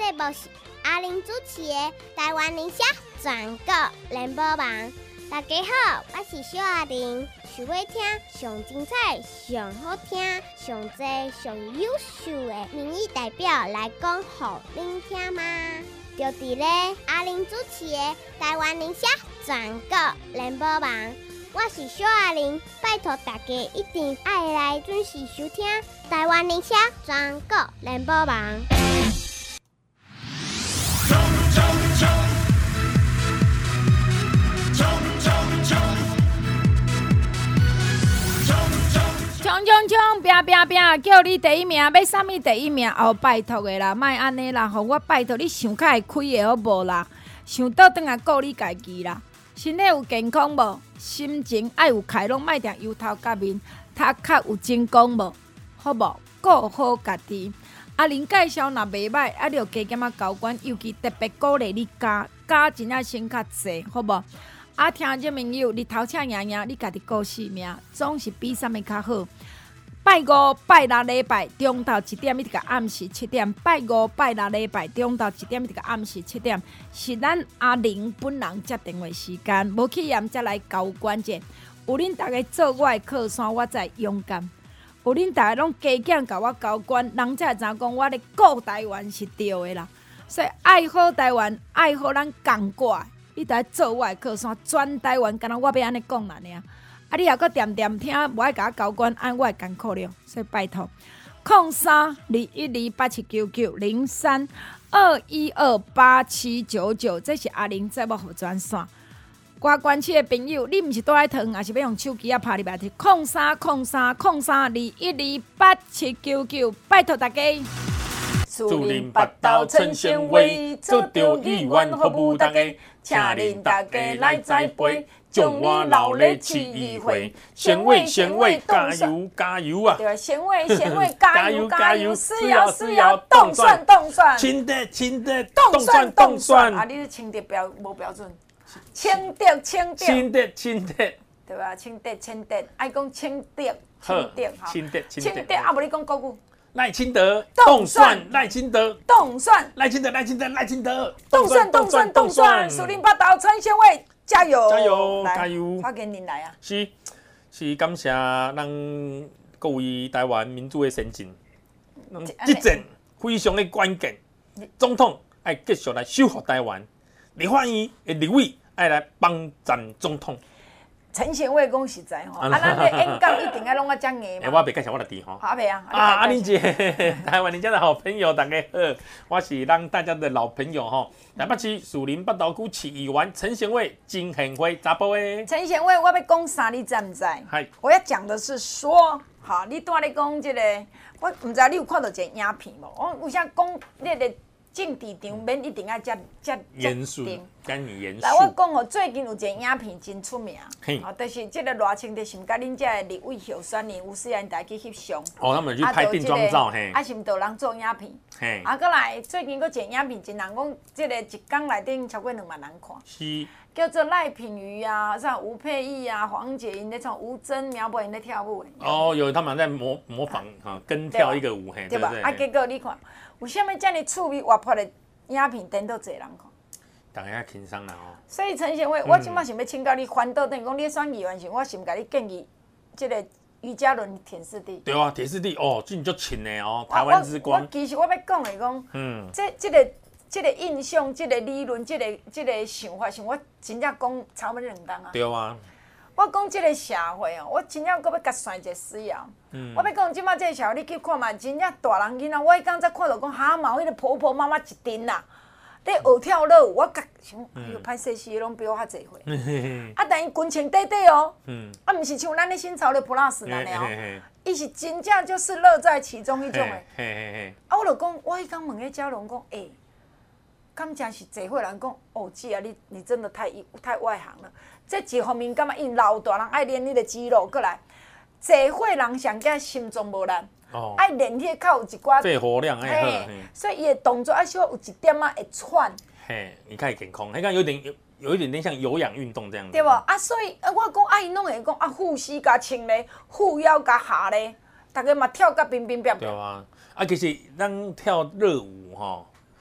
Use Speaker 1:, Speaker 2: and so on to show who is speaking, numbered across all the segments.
Speaker 1: 节目是阿玲主持的台湾宁夏全国联播网。大家好，我是小阿玲。想要听上精彩、上好听、上多、上优秀的民意代表来讲给您听吗？就伫咧阿玲主持的台湾宁夏全国联播网。我是小阿玲，拜托大家一定要来准时收听台湾宁夏全国联播网。
Speaker 2: 冲！拼！叫你第一名，要啥物第一名？哦，拜托的啦，莫安尼啦，互我拜托你想较会开的好无啦？想倒转来顾你家己啦，身体有健康无？心情爱有开朗，莫定忧头甲面，读较有精光无？好无？顾好家己。阿玲介绍若袂歹，啊，你就加减交关，尤其特别鼓励你加真正先较济，好无？啊，听这朋友，日头请赢，你家己顾性命，总是比啥物较好。拜五、拜六礼拜中昼1点一直到暗时7点，拜五、拜六礼拜中昼1点一直到暗时7点，是咱阿玲本人接电话时间，无去验才来交关者。有恁大家做我的靠山，我才勇敢；有恁大家拢加减甲我交关，人才会知讲我咧顾台湾是对的啦。所以爱好台湾，爱好咱共过来，你得做我的靠山，全台湾，敢若我要安尼讲啦尔。啊！你也搁点听，无爱甲我交关，按我的艰苦了，所以拜托03-212-8799，03-212-8799，这是阿玲节目服专线。外关区的朋友，你毋是倒来糖，还是要用手机啊拍入来？03-212-8799，拜托大家。
Speaker 3: 士林八斗陈先伟，做着议员服务大家，请恁大家来栽培。将我留咧市议会，先伟加油加油啊！
Speaker 2: 对，先伟加油加油，是要动算，
Speaker 3: 清德
Speaker 2: 动算啊！你是清德无标准，清德，
Speaker 3: 对
Speaker 2: 吧？清德，爱讲清德，
Speaker 3: 清德
Speaker 2: 啊！无你讲国语。
Speaker 3: 赖清德动算，赖清德
Speaker 2: 动算，
Speaker 3: 动算，
Speaker 2: 士林八斗陈先伟。加油！发给您来啊！
Speaker 3: 是感谢咱各位台湾民主的先进，这阵非常的关键。总统要继续来守护台湾，立法院的立委要来帮赞总统。
Speaker 2: 陈贤伟讲实在吼，咱的演讲一定要弄啊遮硬嘛。
Speaker 3: 我袂介绍我就知吼。
Speaker 2: 好袂啊！
Speaker 3: 你姐，台湾人家的好朋友，大家好，我是咱大家的老朋友吼。台北市士林八斗区市议员陈贤伟，金贤辉查甫的。
Speaker 2: 陈贤伟，我要讲啥？你知唔知？我要讲的是说，好，你拄仔咧讲这个，我唔知你有看到一个影片无？我为啥讲你个政治场免一定要遮
Speaker 3: 严肃，干你严肃。
Speaker 2: 来，我讲哦，最近有一个影片真出名，就是这个热清的，是毋甲恁遮的立委候选人吴思妍大去翕相。
Speaker 3: 哦，他们去拍定妆照，嘿。
Speaker 2: 啊，是毋就人做影片？嘿。啊，过来最近佫一个影片，真人讲，这个一天内底超过2万人看。
Speaker 3: 是。
Speaker 2: 叫做赖品妤啊，像吴佩仪啊、黄洁瑩那种吴真苗博因在跳舞的。
Speaker 3: 哦，有他们在模仿跟跳一个舞，嘿，
Speaker 2: 对吧？啊，结果你看，为什么这么趣味活泼的影片，等到侪人看？
Speaker 3: 大家轻松啦吼。
Speaker 2: 所以陈贤伟，我即摆想要请教你，反倒等于讲你选议员时，我是毋甲你建议，这个于嘉伦田氏弟。
Speaker 3: 对啊，田氏弟哦，这就请的哦，台湾之光。
Speaker 2: 其实我要讲的讲，这个印象、这个理论、这个想法，我真正讲差不多2档啊。
Speaker 3: 对啊。
Speaker 2: 我讲这个社会哦，我真正搁要甲算一个需要。我要讲即摆这个社会，你去看嘛，真正大人囡仔，我迄天才看到讲，哈嘛有迄个婆婆妈妈一阵啦，咧学跳舞，我甲想，哎呦，歹势死，拢比我较侪岁。啊，但伊军情短短哦，啊，毋是像咱咧新潮流 plus 安尼哦，伊是真正就是乐在其中迄种诶。啊，我就讲，我迄天问迄嘉龙讲，敢真是侪岁人讲，哦，姐啊，你真的太外行了。这一方面，感觉因老大人爱练你的肌肉，过来，侪岁人上加心脏无力，爱练迄较有一寡
Speaker 3: 肺活量爱好，
Speaker 2: 所以伊的动作爱稍有一点仔会喘。
Speaker 3: 嘿，你看健康，那个有一点点像有氧运动这样子。
Speaker 2: 对无？啊，所以我讲伊拢会讲护膝加轻咧，护腰加下咧，大家嘛跳甲冰冰冰。
Speaker 3: 对啊，其实咱跳热舞吼。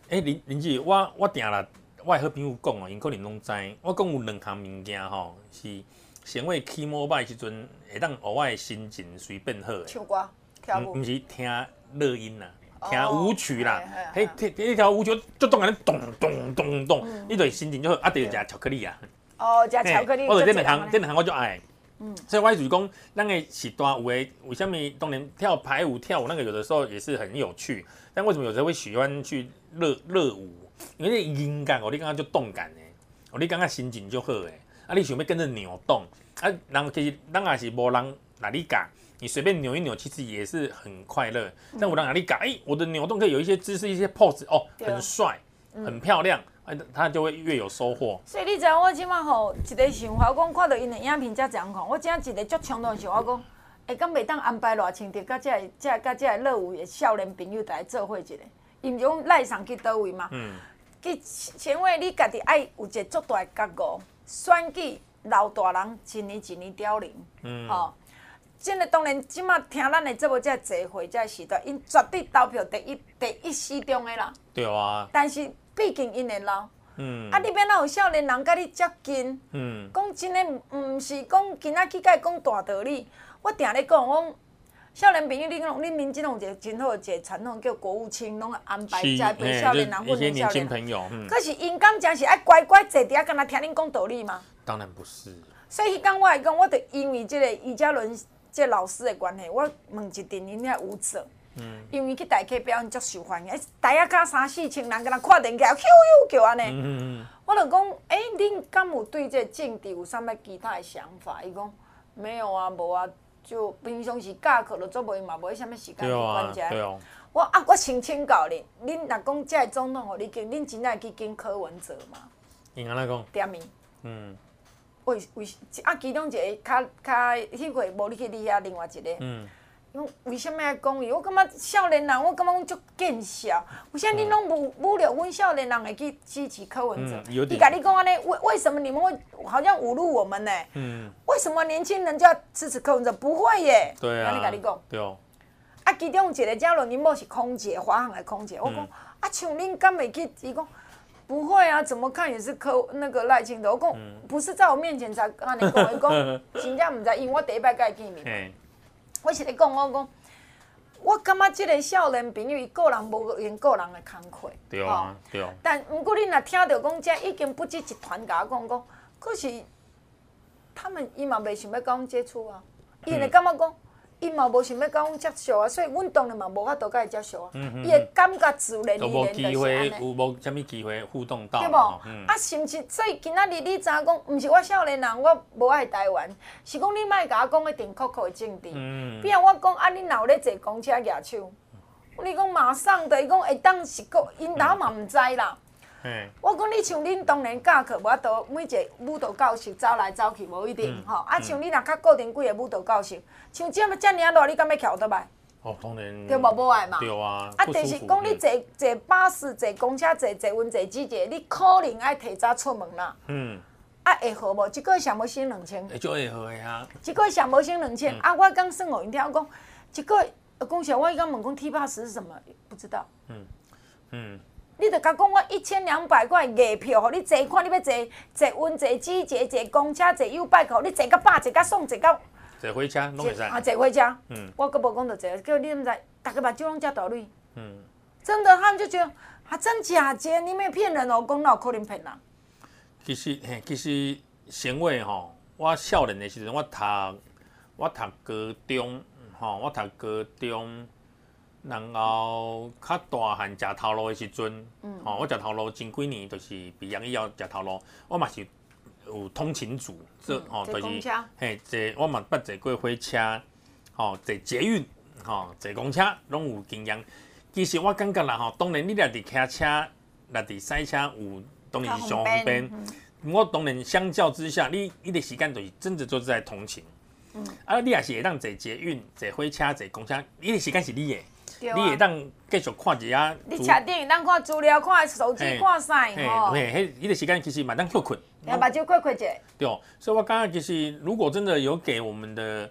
Speaker 3: 林姐，我定啦，我好朋友讲哦，因可能拢知。我讲有2项物件吼，是先为起摩拜时阵会当互我的心情随便好的。
Speaker 4: 唱歌、跳舞，
Speaker 3: 毋是听乐音啦，听舞曲啦。迄条舞曲就动安尼咚咚咚咚，你对心情就好。啊，得食巧克力啊。
Speaker 4: 哦，食巧克力。
Speaker 3: 我对这2项我就爱。所以我就是讲，咱的时段有诶，为什么当然跳排舞、跳舞那个有的时候也是很有趣，但为什么有时候会喜欢去热舞？因为那音感，你感觉就动感诶，你感觉心情就好诶，啊，你想要跟着扭动，啊，人其实咱也是无人哪里教，你随便扭一扭，其实也是很快乐。但我让哪里教，我的扭动可以有一些姿势、一些 pose， 哦，很帅，很漂亮。他就会越有收获。
Speaker 4: 所以你知我即马吼一个想法，讲看到因的影片才这样看，我真一个足冲动想法讲，敢袂当安排偌清着，甲这个乐舞的少年朋友来做伙一个，因为讲赖上去倒位嘛。去先话你家己爱有一个足大的觉悟，选举老大人一年一年凋零。吼，真的当然，即马听咱的节目遮侪会遮时代，因绝对投票第一时中的啦。
Speaker 3: 对啊。
Speaker 4: 但是。毕竟因会老，啊！你免哪有少年人甲你接近？讲真诶，毋是讲今仔去甲伊讲大道理。我定咧讲，我少年朋友，你民进有一个真好一个传统，叫国务卿，拢安排栽培少年人、
Speaker 3: 一些年轻朋友。
Speaker 4: 可是因敢真是爱乖乖坐伫遐，干那听恁讲道理吗？
Speaker 3: 当然不是。
Speaker 4: 所以迄天我来讲，我就因为即个于嘉伦即老师的关系，我问一阵因遐舞者。因为去大溪表演足受欢迎，台下加3、4千人，敢若看电视，咻咻叫安尼。我就讲，恁敢有对这政治有啥物其他的想法？伊讲没有啊，无啊，就平常时教课就做无，嘛无啥物时间去管遮。我先请教恁，恁若讲这总统互你经，恁真正去经柯文哲吗？
Speaker 3: 因安怎讲？
Speaker 4: 点名。为其中一个较迄个无你去你遐另外一个。为什么爱讲伊？我感觉少年人，我感觉阮足见笑。为啥恁拢侮辱阮少年人会去支持柯文哲？伊甲你讲安尼，为什么你们会好像侮辱我们呢？为什么年轻人就要支持柯文哲？不会耶。
Speaker 3: 对啊。
Speaker 4: 安尼甲你讲。
Speaker 3: 对哦。
Speaker 4: 啊，其中一个嘉伦因某是空姐，华航的空姐。我讲啊，像恁敢会去？伊讲不会啊，怎么看也是那个赖清德。我讲不是在我面前才安尼讲，伊讲真正毋知，因为我第一摆甲伊见面。我是咧讲，我感觉即个少年朋友，伊个人无因个人的工课。
Speaker 3: 对啊，对啊。
Speaker 4: 但毋过你若听到讲，遮已经不止一团甲我讲，可是他们伊嘛袂想要甲阮接触啊，伊会感觉讲，伊嘛无想要甲阮接触啊，所以阮当然嘛无法度甲伊接触啊。伊会感觉自然而然就是安尼。
Speaker 3: 有无机会？有无啥物机会互动到？
Speaker 4: 对无？啊，甚至所以今仔日你知影讲，毋是我少年人，我无爱台湾，是讲你莫甲我讲一定酷酷的政治。比如我讲啊，你若有咧坐公车举手，你讲马上的，伊讲会当是个，因老嘛毋知啦。我讲你像恁当然教课，无法度每一个舞蹈教室走来走去，无一定吼。啊，像你若较固定几个舞蹈教室，像遮尔热，你敢要徛倒来？
Speaker 3: 哦，当然。
Speaker 4: 对无无爱嘛。
Speaker 3: 对啊。
Speaker 4: 啊，但是讲你坐巴士、坐公车、坐阮坐机捷，你可能爱提早出门啦。啊，会好无？一个月上无省2000。
Speaker 3: 会就会好的啊。
Speaker 4: 一个月上无省2000，啊，我刚算互因听，我讲一个月，讲实我伊刚问讲 T-Pass 是什么？不知道。你著甲讲我1200块月票，互你坐看，你要坐阮坐机捷、坐公车、坐U-Bike，你坐到饱，坐到爽，坐到。
Speaker 3: 坐火车拢会使。
Speaker 4: 啊，坐火车。我阁无讲着坐，叫你毋知，大家目睭拢遮大蕊。真的，他们就觉得啊，真假节，你没有骗人哦，讲哪有可能骗人？
Speaker 3: 其实先话吼，我少年的时阵，我读高中，我读高中。然后较大汉食头路的时阵，我食头路前几年，就是毕业以后食头路，我嘛是有通勤族，
Speaker 4: 就是
Speaker 3: 我嘛捌坐过火车，坐捷运，坐公车拢有经验。其实我感觉啦，当然你若伫骑车、若伫赛车有，当然是上方便。我当然相较之下，你的时间就是真的就是在通勤。你也是会当坐捷运、坐火车、坐公车，你的时间是你的。你会当继续看一下，
Speaker 4: 你车顶会当看资料、看手机、看啥吼？
Speaker 3: 迄个时间其实嘛当休困，
Speaker 4: 目睭困一下。
Speaker 3: 对，所以我刚刚其实如果真的有给我们的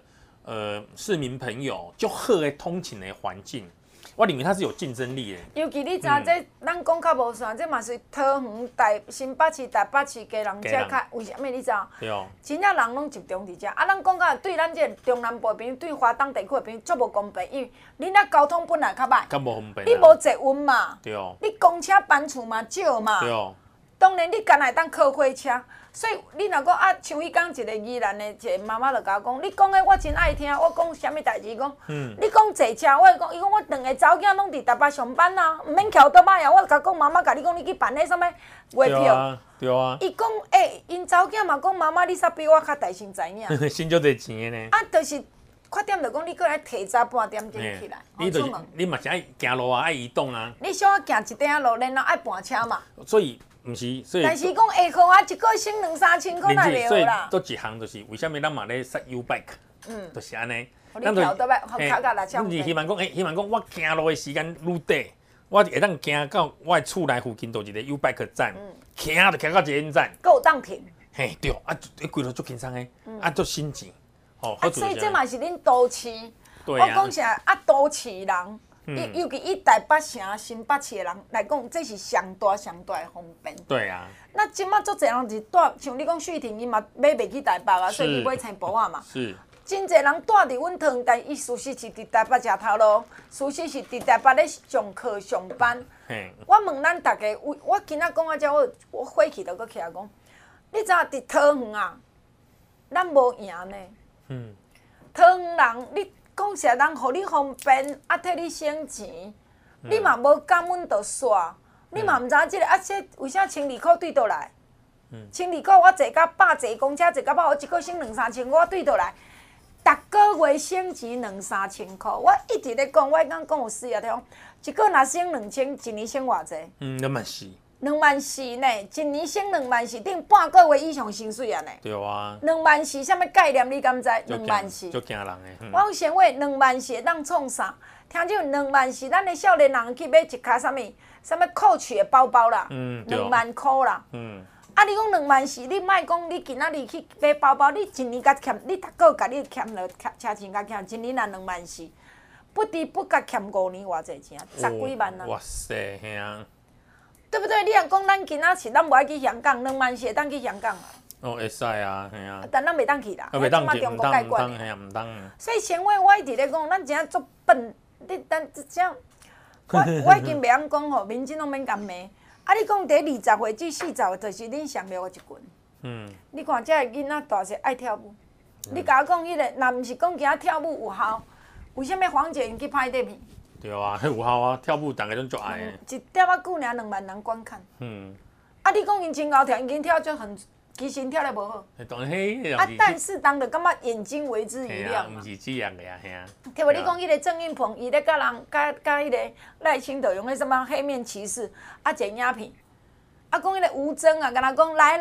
Speaker 3: 市民朋友就好的通勤的环境，我认为它是有竞争力的。
Speaker 4: 尤其你知影这，咱讲较无算，这嘛是桃园、新北市、台北市家人遮较，为什么你知影？
Speaker 3: 对哦。
Speaker 4: 真正人拢集中伫遮，啊，咱讲到对咱这中南部朋友、对华东地区的朋友足无公平，因为恁遐交通本来较歹，
Speaker 3: 较无方便。
Speaker 4: 你无坐稳嘛？
Speaker 3: 对哦。
Speaker 4: 你公车班次嘛少嘛？
Speaker 3: 对哦。
Speaker 4: 当然，你干会当靠火车，所以你若讲啊，像迄讲一个宜兰的一个妈妈就甲我讲，你讲的我真爱听，我讲啥物代志讲，你讲坐车，我讲，伊讲我2个查某囝拢伫台北上班啊，毋免翘倒摆啊，我甲讲妈妈甲你讲，你去办迄啥物月票，
Speaker 3: 对啊，对啊。
Speaker 4: 伊讲因查某囝嘛讲妈妈，你煞比我较大声知影，
Speaker 3: 省足侪钱的呢。
Speaker 4: 啊，就是缺点就讲你过来提早半点钟起来，
Speaker 3: 你就是你嘛是爱行路啊，爱移动啊。
Speaker 4: 你小行一点路，然后爱搬车嘛。
Speaker 3: 所以。毋是，所以
Speaker 4: 但是讲下课啊，一个省2、3千块哪会有啦？
Speaker 3: 所以做一项就是为什么咱嘛咧塞 U bike，就是安尼。
Speaker 4: 你跳倒摆，脚脚来抢。
Speaker 3: 你希望讲，希望讲我行路的时间愈短，我会当行到我的厝内附近，就一个 U bike 站，行就行到捷运站，
Speaker 4: 够当停。
Speaker 3: 嘿，对，啊，规路足轻松的，啊，足省钱，哦，
Speaker 4: 所以这嘛是恁都市。
Speaker 3: 对啊。
Speaker 4: 我讲啥啊，都市人。尤其以台北城、新北市的人来讲，这是上大的方便。
Speaker 3: 对啊。
Speaker 4: 那即马足侪人是住，像你讲旭婷，伊嘛买袂去台北啊，所以伊买青埔啊嘛。
Speaker 3: 是。
Speaker 4: 真侪人住伫阮桃园，但伊事实是伫台北食头路，事实是伫台北咧上课上班。我问咱大家，我今仔讲啊，遮我火气就搁起来讲，你知影伫桃园啊，咱无赢呢。桃园人你。讲实人，互你方便，啊，替你省钱，你嘛无感恩着煞，你嘛毋知影即个啊，这为啥1,200块对倒来？1,200块我坐到100坐公车坐到饱，我一个省2、3千块对倒来，逐个月省钱2、3千块。我一直咧讲，我刚讲有事啊，听一个若省2000，一年省偌济
Speaker 3: 24000。
Speaker 4: 24000呢，一年省24000，等半个月以上薪水啊呢。
Speaker 3: 对啊。
Speaker 4: 24000什么概念？你敢知？24000。
Speaker 3: 足惊人的。
Speaker 4: 我讲先话24000会当创啥？听种24000，咱的少年人去买一卡什么Coach 的包包啦，2万块啦。啊，你讲24000，你莫讲你今仔日去买包包，你一年甲欠，你逐个月甲你欠了车钱甲欠，一年啊24000，不知不觉欠5年偌济钱，10几万啊。
Speaker 3: 哇塞，嘿啊。
Speaker 4: 对不对？你若讲咱今仔是咱无爱去香港，24000会当去香港啊？
Speaker 3: 哦，会使啊，系啊。
Speaker 4: 但咱袂当去啦，
Speaker 3: 袂当去，
Speaker 4: 中国介管
Speaker 3: 嘿啊，毋当。
Speaker 4: 所以先话我一直咧讲，咱真正足笨，咱这样，我已经袂晓讲吼，民警拢免甲骂。啊，你讲第20岁至40岁，就是恁上了我一群。你看这个囡仔大细爱跳舞，你甲我讲迄个，若毋是讲今仔跳舞有效，为什么黄姐因去拍底片？
Speaker 3: 对啊，迄有效啊，跳舞大家拢足爱的。
Speaker 4: 一点仔久尔2万人观看。啊，你讲因真高跳，因跳就很，其实跳得无好。
Speaker 3: 当然迄
Speaker 4: 啊，但是当就感觉眼睛为之一亮嘛。
Speaker 3: 毋是这样的啊，嘿啊。
Speaker 4: 对无？你讲迄个郑运鹏，伊咧甲人甲迄个赖清德用迄什么黑面骑士啊，剪影片。啊，讲迄个吴峥啊，甲人讲来，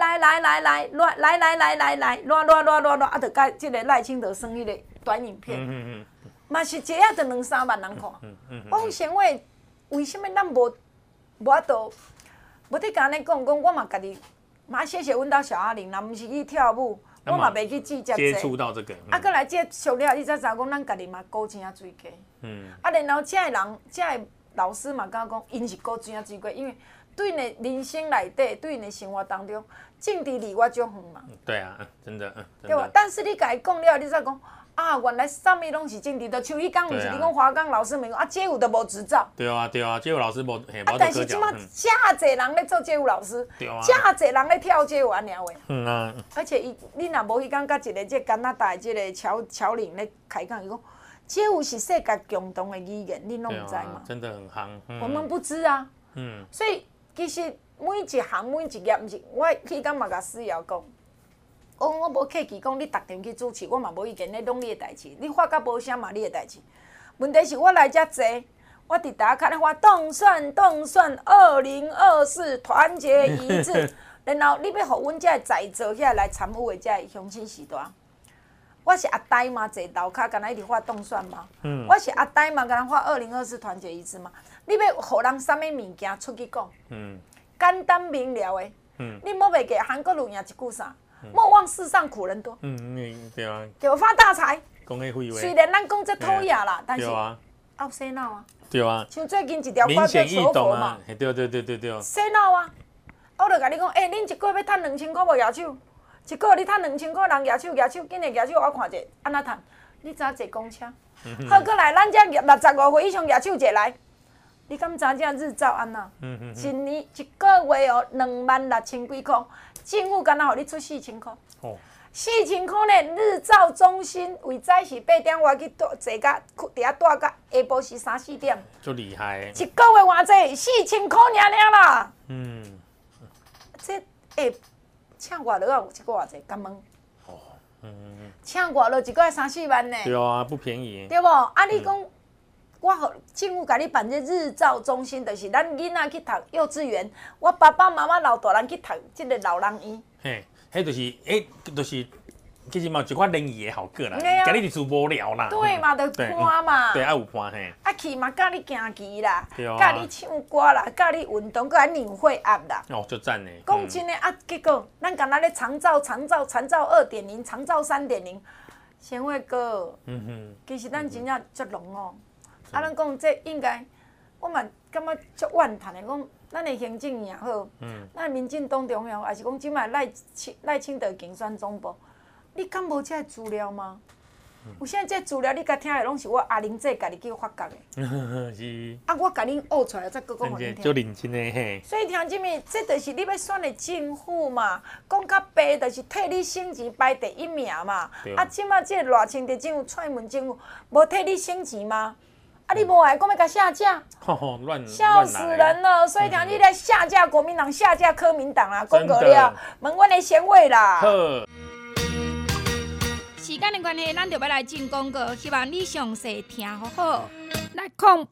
Speaker 4: 乱，啊，就甲即个赖清德耍迄个短影片。嘛是一下就2、3万人看。我讲先话，为什么咱无法度？无得甲安尼讲，我嘛家己嘛谢谢阮兜小阿玲，若毋是去跳舞，我嘛袂去接
Speaker 3: 触到这个。
Speaker 4: 啊，过来这熟了，你才知讲咱家己嘛顾钱啊水价。啊，然后这个人，这个老师嘛甲我讲，因是顾钱啊水价，因为对因的人生内底，对因的生活当中，政治离我足远嘛。
Speaker 3: 对啊，真的，
Speaker 4: 对吧？但是你甲伊讲了，你才讲。啊，原来啥物拢是政治，就像迄讲，毋是你讲华冈老师问讲啊，街舞都无执照。
Speaker 3: 对啊，街舞老师无嘿，
Speaker 4: 啊，但是即马遮侪人咧做街舞老师，遮侪人咧跳街舞安尼话。而且你若无去讲，甲一个即加拿大的即个乔玲咧开讲，伊讲街舞是世界共同的语言，你拢毋知嘛？
Speaker 3: 真的很夯。
Speaker 4: 我们不知啊。所以其实每一行每一业，毋是我去讲嘛，甲思瑶讲。我无客气讲，你逐场去主持，我嘛无意见，咧拢你的代志。你发甲无啥嘛，你的代志。问题是我来遮坐，我伫大家看咧发动算2024团结一致，然后你要互阮遮在座遐来参与的遮乡亲时代。我是阿呆嘛，坐楼骹干那一直发动算嘛。我是阿呆嘛，干那发2024团结一致嘛。你要互人啥物物件出去讲？简单明了的。你莫袂记韩国人赢一句啥？莫忘世上苦人多。
Speaker 3: 对啊。
Speaker 4: 给我发大财。
Speaker 3: 讲迄废话。
Speaker 4: 虽然咱讲这讨厌啦，但是
Speaker 3: 对啊，
Speaker 4: 后洗脑啊。
Speaker 3: 对啊，
Speaker 4: 像最近一条歌
Speaker 3: 明显
Speaker 4: 叫
Speaker 3: 易懂啊
Speaker 4: 求佛嘛，，
Speaker 3: 嘿对，
Speaker 4: 洗脑啊！我就甲你讲，恁一个月要趁2000块无举手，一个月你趁2000块，人举手，紧诶举手，我看者安怎趁？你知影坐公车？好，过来，咱这65岁以上举手者来。你敢知影日照安怎？一年一个月哦，26000几块，政府敢若互你出4000块。
Speaker 3: 哦，
Speaker 4: 4000块呢？日照中心为早是8点外去坐甲伫遐住到下晡时3、4点。
Speaker 3: 足厉害的。
Speaker 4: 一个月偌济？4000块尔啦。这请外劳啊，有一个偌济？敢问？请外劳一个月3、4万呢？
Speaker 3: 对啊，不便宜。
Speaker 4: 对无？啊，你讲我互政府甲你办这日照中心，就是咱囡仔去读幼稚园，我爸爸妈妈老大人去读这个老人院。
Speaker 3: 嘿，迄就是，其实嘛有一款联谊的效果啦，
Speaker 4: 对啊
Speaker 3: 家己就是无聊啦。
Speaker 4: 对嘛，就伴嘛。
Speaker 3: 对，爱有伴嘿。
Speaker 4: 啊，去嘛教你行棋啦，
Speaker 3: 对啊
Speaker 4: 教你唱歌啦，教你运动，佮你领会压啦。
Speaker 3: 哦，足赞的。
Speaker 4: 讲真诶，啊，结果咱敢若咧长照2.0，长照3.0，贤惠哥，其实咱真正足浓哦。啊，咱讲这应该，我嘛感觉足怨叹的，讲咱的行政也好，咱民进党中央，还是讲即摆赖清德竞选总部，你敢无这资料吗？有啥这资料你甲听的拢是我阿玲姐家己叫发觉的。
Speaker 3: 是。
Speaker 4: 啊，我甲恁学出来，再讲互恁听。
Speaker 3: 足认真的嘿。
Speaker 4: 所以听即物，这就是你要选的政府嘛。讲较白，就是替你省钱排第一名嘛。啊，即马这个赖清德政府、蔡英文政府，无替你省钱吗？啊，你无爱讲要甲下架，笑死人了。所以听你来下架国民党，下架柯民党啦，讲过了，问阮的贤惠啦。
Speaker 2: 时间的关系，咱就要来进广告，希望你详细听好好。来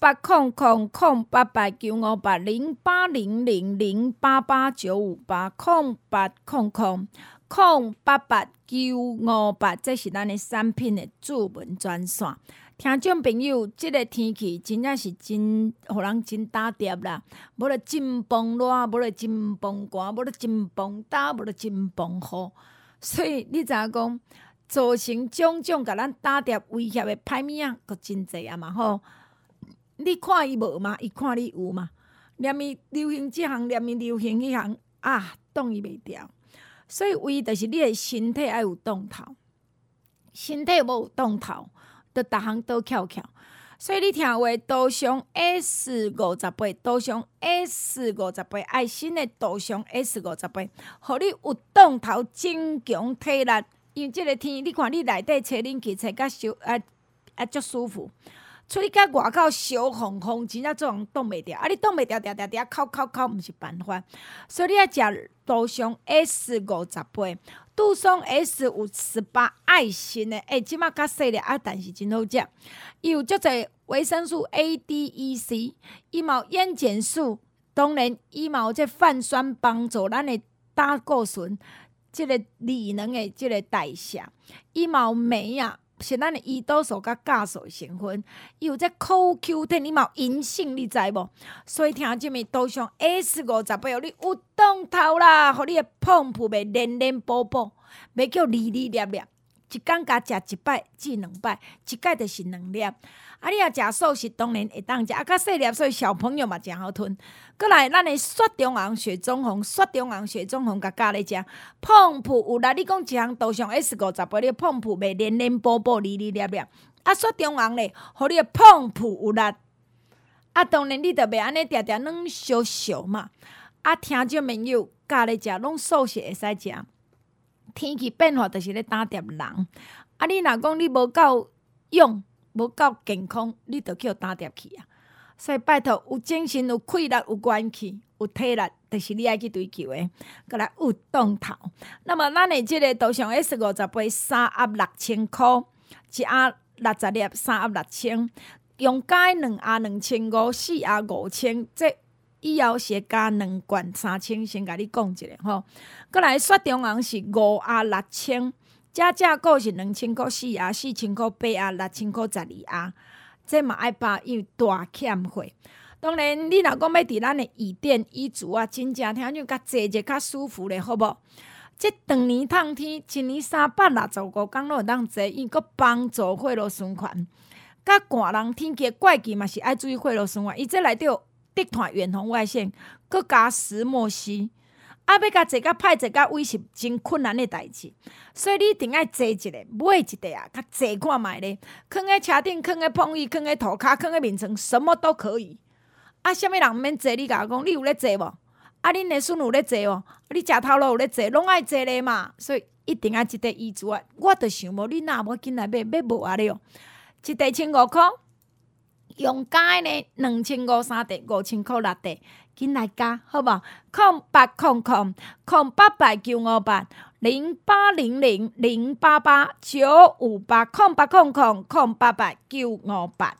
Speaker 2: 0800-088958，0800-088958，这是咱的产品的主文专线。听众朋友，即个天气真正是真，互人真打叠啦。无就真崩热，无就真崩寒，无就真崩打，无就真崩雨。所以你知影讲，造成种种甲咱打叠威胁的歹物仔，佫真侪啊嘛吼。你看伊无嘛，伊看你有嘛。念伊流行即项，念伊流行迄项，啊，挡伊袂牢。所以唯就是你的身体爱有动头，身体无有动头。就逐项都翘翘，所以你听话，杜尚 S58，杜尚 S58，爱新的杜尚 S58，互你有动头，增强体力。因为即个天，你看你内底吹冷气，吹甲足舒服。出去甲外口烧烘烘，真正做人挡袂牢。啊，你挡袂牢，定哭，毋是办法。所以你爱食杜尚 S58。杜松 S 有18爱心的，即马较细粒啊，但是真好食。伊有足侪维生素 A、D、E、C， 伊嘛有烟碱素，当然伊嘛有这泛酸帮助咱的胆固醇即个利能的即个代谢。伊嘛有镁啊，是咱的胰岛素甲酵素成分。伊有这口 Q10， 伊嘛有银杏，你知无？所以听即物杜尚 S58，你有动头啦，互你的胖脯袂连补补，袂叫哩咧咧。一工加食1摆至2摆，一摆就是2粒。啊，你若食素食，当然会当食，啊，较细粒，所以小朋友嘛真好吞。过来，咱的雪中红、雪中红、甲加咧食，胖脯有啦。你讲一项杜尚 S58，你的胖脯袂连补补、哩咧咧。啊，雪中红咧，互你的胖脯有力。啊，当然你着袂安尼定定软烧烧嘛。啊，听众朋友加咧食，拢素食会使食。天气变化就是咧打叠人，啊！你若讲你无够勇，无够健康，你着叫打叠去啊！所以拜托，有精神、有气力、有元气、有体力，就是你爱去追求的，过来有动头。那么咱的即个杜尚 S58 3盒6000块，一盒60粒3盒6000，用加2盒2500，4盒5000，这。以后是加2罐3000，先甲你讲一下吼。过来雪中红是5盒6000，价购是2000块4盒，4000块8盒，6000块12盒。这嘛爱把，因为大欠货。当然，你若讲要伫咱的椅垫、椅子啊，真正听就较坐者较舒服咧，好无？ 即长年烫天，1年365天拢会当坐，伊佫帮助血路循环。甲寒人天气怪气嘛是爱注意血路循环。伊这内底有滴团远红外线，佫加石墨烯。要甲坐甲歹坐甲位是真困难的代志，所以你一定爱坐一下，买一块啊，甲坐看卖咧。囥喺车顶，囥喺碰椅，囥喺涂骹，囥喺面床，什么都可以。啥物人毋免坐？你甲我讲，你有咧坐无？恁的孙有咧坐无？你食头路有咧坐，拢爱坐咧嘛。所以一定爱一块椅子啊！我著想无，你若无紧来买，买无啊了。一块1,500块，用加呢2,500、3块、5,000块、6块。紧来加好无？0800-088-958-088-958-0800-088-958。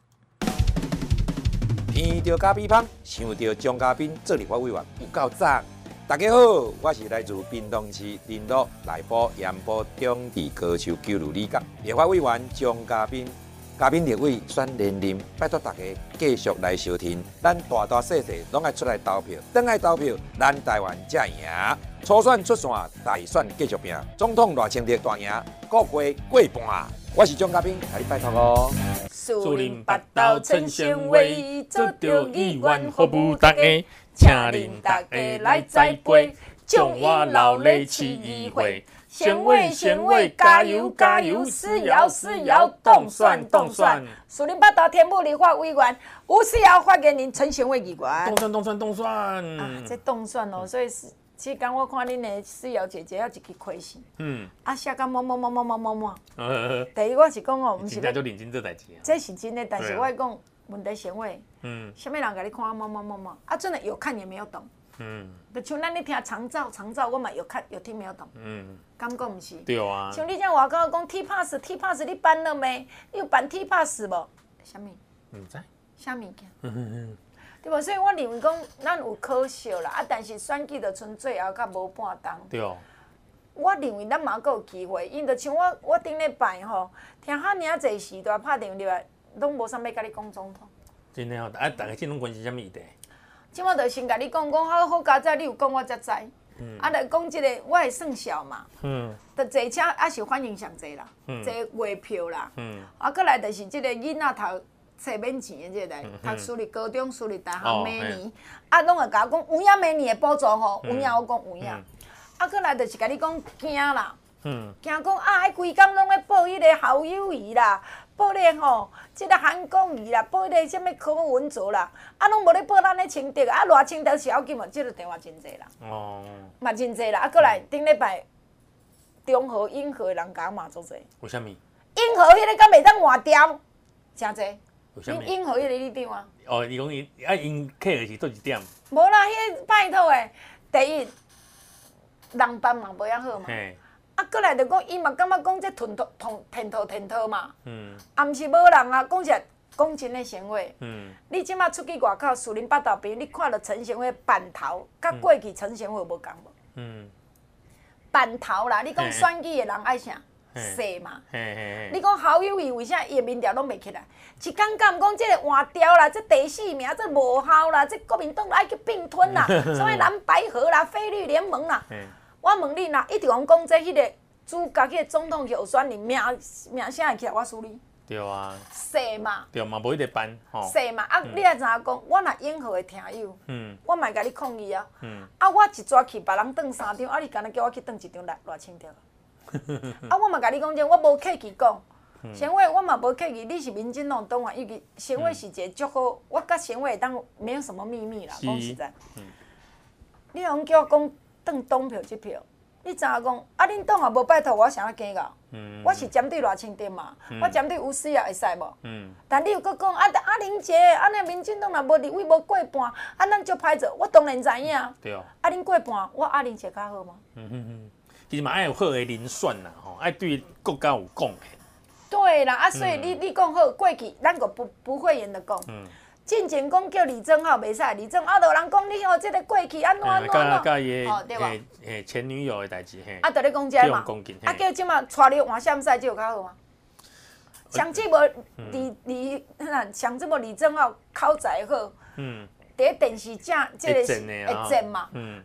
Speaker 5: 闻到咖啡香，想到张嘉宾做立法委员有够赞。大家好，我是来自屏东市林路内埔盐埔中地高球9路里角立法委员张嘉宾。嘉宾立委选连任，拜托大家继续来收听，咱大大小小拢爱出来投票，等爱投票，咱台湾才赢。初选出线，大选继续拼，总统赖清德大赢，国会过半。我是张嘉宾，来拜托哦。
Speaker 4: 树林八斗陈先伟，做着议员服务大家，请恁大家来栽培，将我留咧市议会。先伟，加油加油！思瑶，动算。树林八斗天母立法委员吴思瑶发言人陈先伟议员。
Speaker 3: 动算。
Speaker 4: 啊，这动算哦，所以即天我看恁的思瑶姐姐还一支开心。写到么。第一我是讲哦，毋是。
Speaker 3: 真正就认真做代志啊。
Speaker 4: 这是真的，但是我会讲问题先伟。啥物人甲你看么？啊，真的有看也没有懂。就像咱咧听长照，我嘛有看有听没有懂。敢讲毋是？
Speaker 3: 对啊。
Speaker 4: 像你这外口讲 T pass， 你办了没？你有办 T pass 无？啥物？
Speaker 3: 毋知。
Speaker 4: 啥物件？对无？所以我认为讲，咱有可惜啦，但是选举就剩最后甲无半冬。
Speaker 3: 对。
Speaker 4: 我认为咱嘛阁有机会，因着像我顶礼拜吼，听遐尔济时段拍电话入来，拢无啥要甲你讲总统。
Speaker 3: 真诶吼，大家即拢关心啥物议题？
Speaker 4: 即摆就先甲你讲好佳哉，你有讲我才知。就讲即个我会算数嘛。就坐车也是反应上济啦，坐月票啦。搁来就是即个囡仔读册免钱的即个读私立高中、私立大学每年，拢会甲我讲有影每年的补助吼，有影我讲有影。搁来就是甲你讲惊啦，惊讲迄规工拢咧报迄个校友仪啦。报咧吼，即个韩国语啦，报咧啥物柯文哲啦，拢无咧报咱咧清德啊，偌清德是要紧嘛，即个电话真济啦，嘛真济啦，搁来顶礼拜中和、永和的人讲嘛足济。
Speaker 3: 为虾物？
Speaker 4: 永和迄个敢袂当换掉，真济。
Speaker 3: 为虾物？
Speaker 4: 永和迄个里长啊。
Speaker 3: 哦，伊讲因客的是倒一点。
Speaker 4: 无啦，迄个拜托诶，第一人办嘛无遐好嘛。搁来就讲，伊嘛感觉讲这填套嘛，啊，毋是无人啊。讲真诶，先话，你即马出去外口，树林八斗边，你看到陈先伟版头，甲过去陈先伟无共无？版头啦，你讲选举诶人爱啥？细嘛。你讲好友伊为啥伊诶民调拢袂起来？一讲讲这个换掉啦，这第4名这无效啦，这国民党爱去并吞啦，什么蓝白合啦、非绿联盟啦。我问你啦，一直讲这迄个主角迄个总统候选人名声会起来，我输你。
Speaker 3: 对啊。
Speaker 4: 细嘛。
Speaker 3: 对嘛，无迄个班吼。
Speaker 4: 细嘛，你也知影讲，我若永和的听友，我嘛甲你抗议啊。我一抓去，别人转3张，你干那叫我去转1张赖清德。我嘛甲你讲者，我无客气讲。先伟，我嘛无客气，你是民进党党员，尤其先伟是一个足好，我甲先伟当没有什么秘密啦，讲实在。你拢叫我讲。转党票一票，你知影讲？恁党也无拜托我啥物计较？我是针对赖清德嘛，我针对吴思瑶会使无？但你又搁讲林姐，安尼民进党若无立委无过半，咱足歹做。我当然知影。
Speaker 3: 对哦。
Speaker 4: 恁过半，我林姐较好吗？
Speaker 3: 其实嘛，爱有好的人选啦，吼，爱对国家有贡献。
Speaker 4: 对啦，所以你讲好，过去咱个不讳言的讲。进前讲叫李正浩袂使，李正浩就有人讲你吼，即个过去安怎，
Speaker 3: 甲伊
Speaker 4: 对吧？
Speaker 3: 前女友的代志嘿。
Speaker 4: 就咧讲遮嘛。叫即马带你换线赛就有较好嘛。上次无上次无李正浩口才好。伫电视正即个会正嘛。讲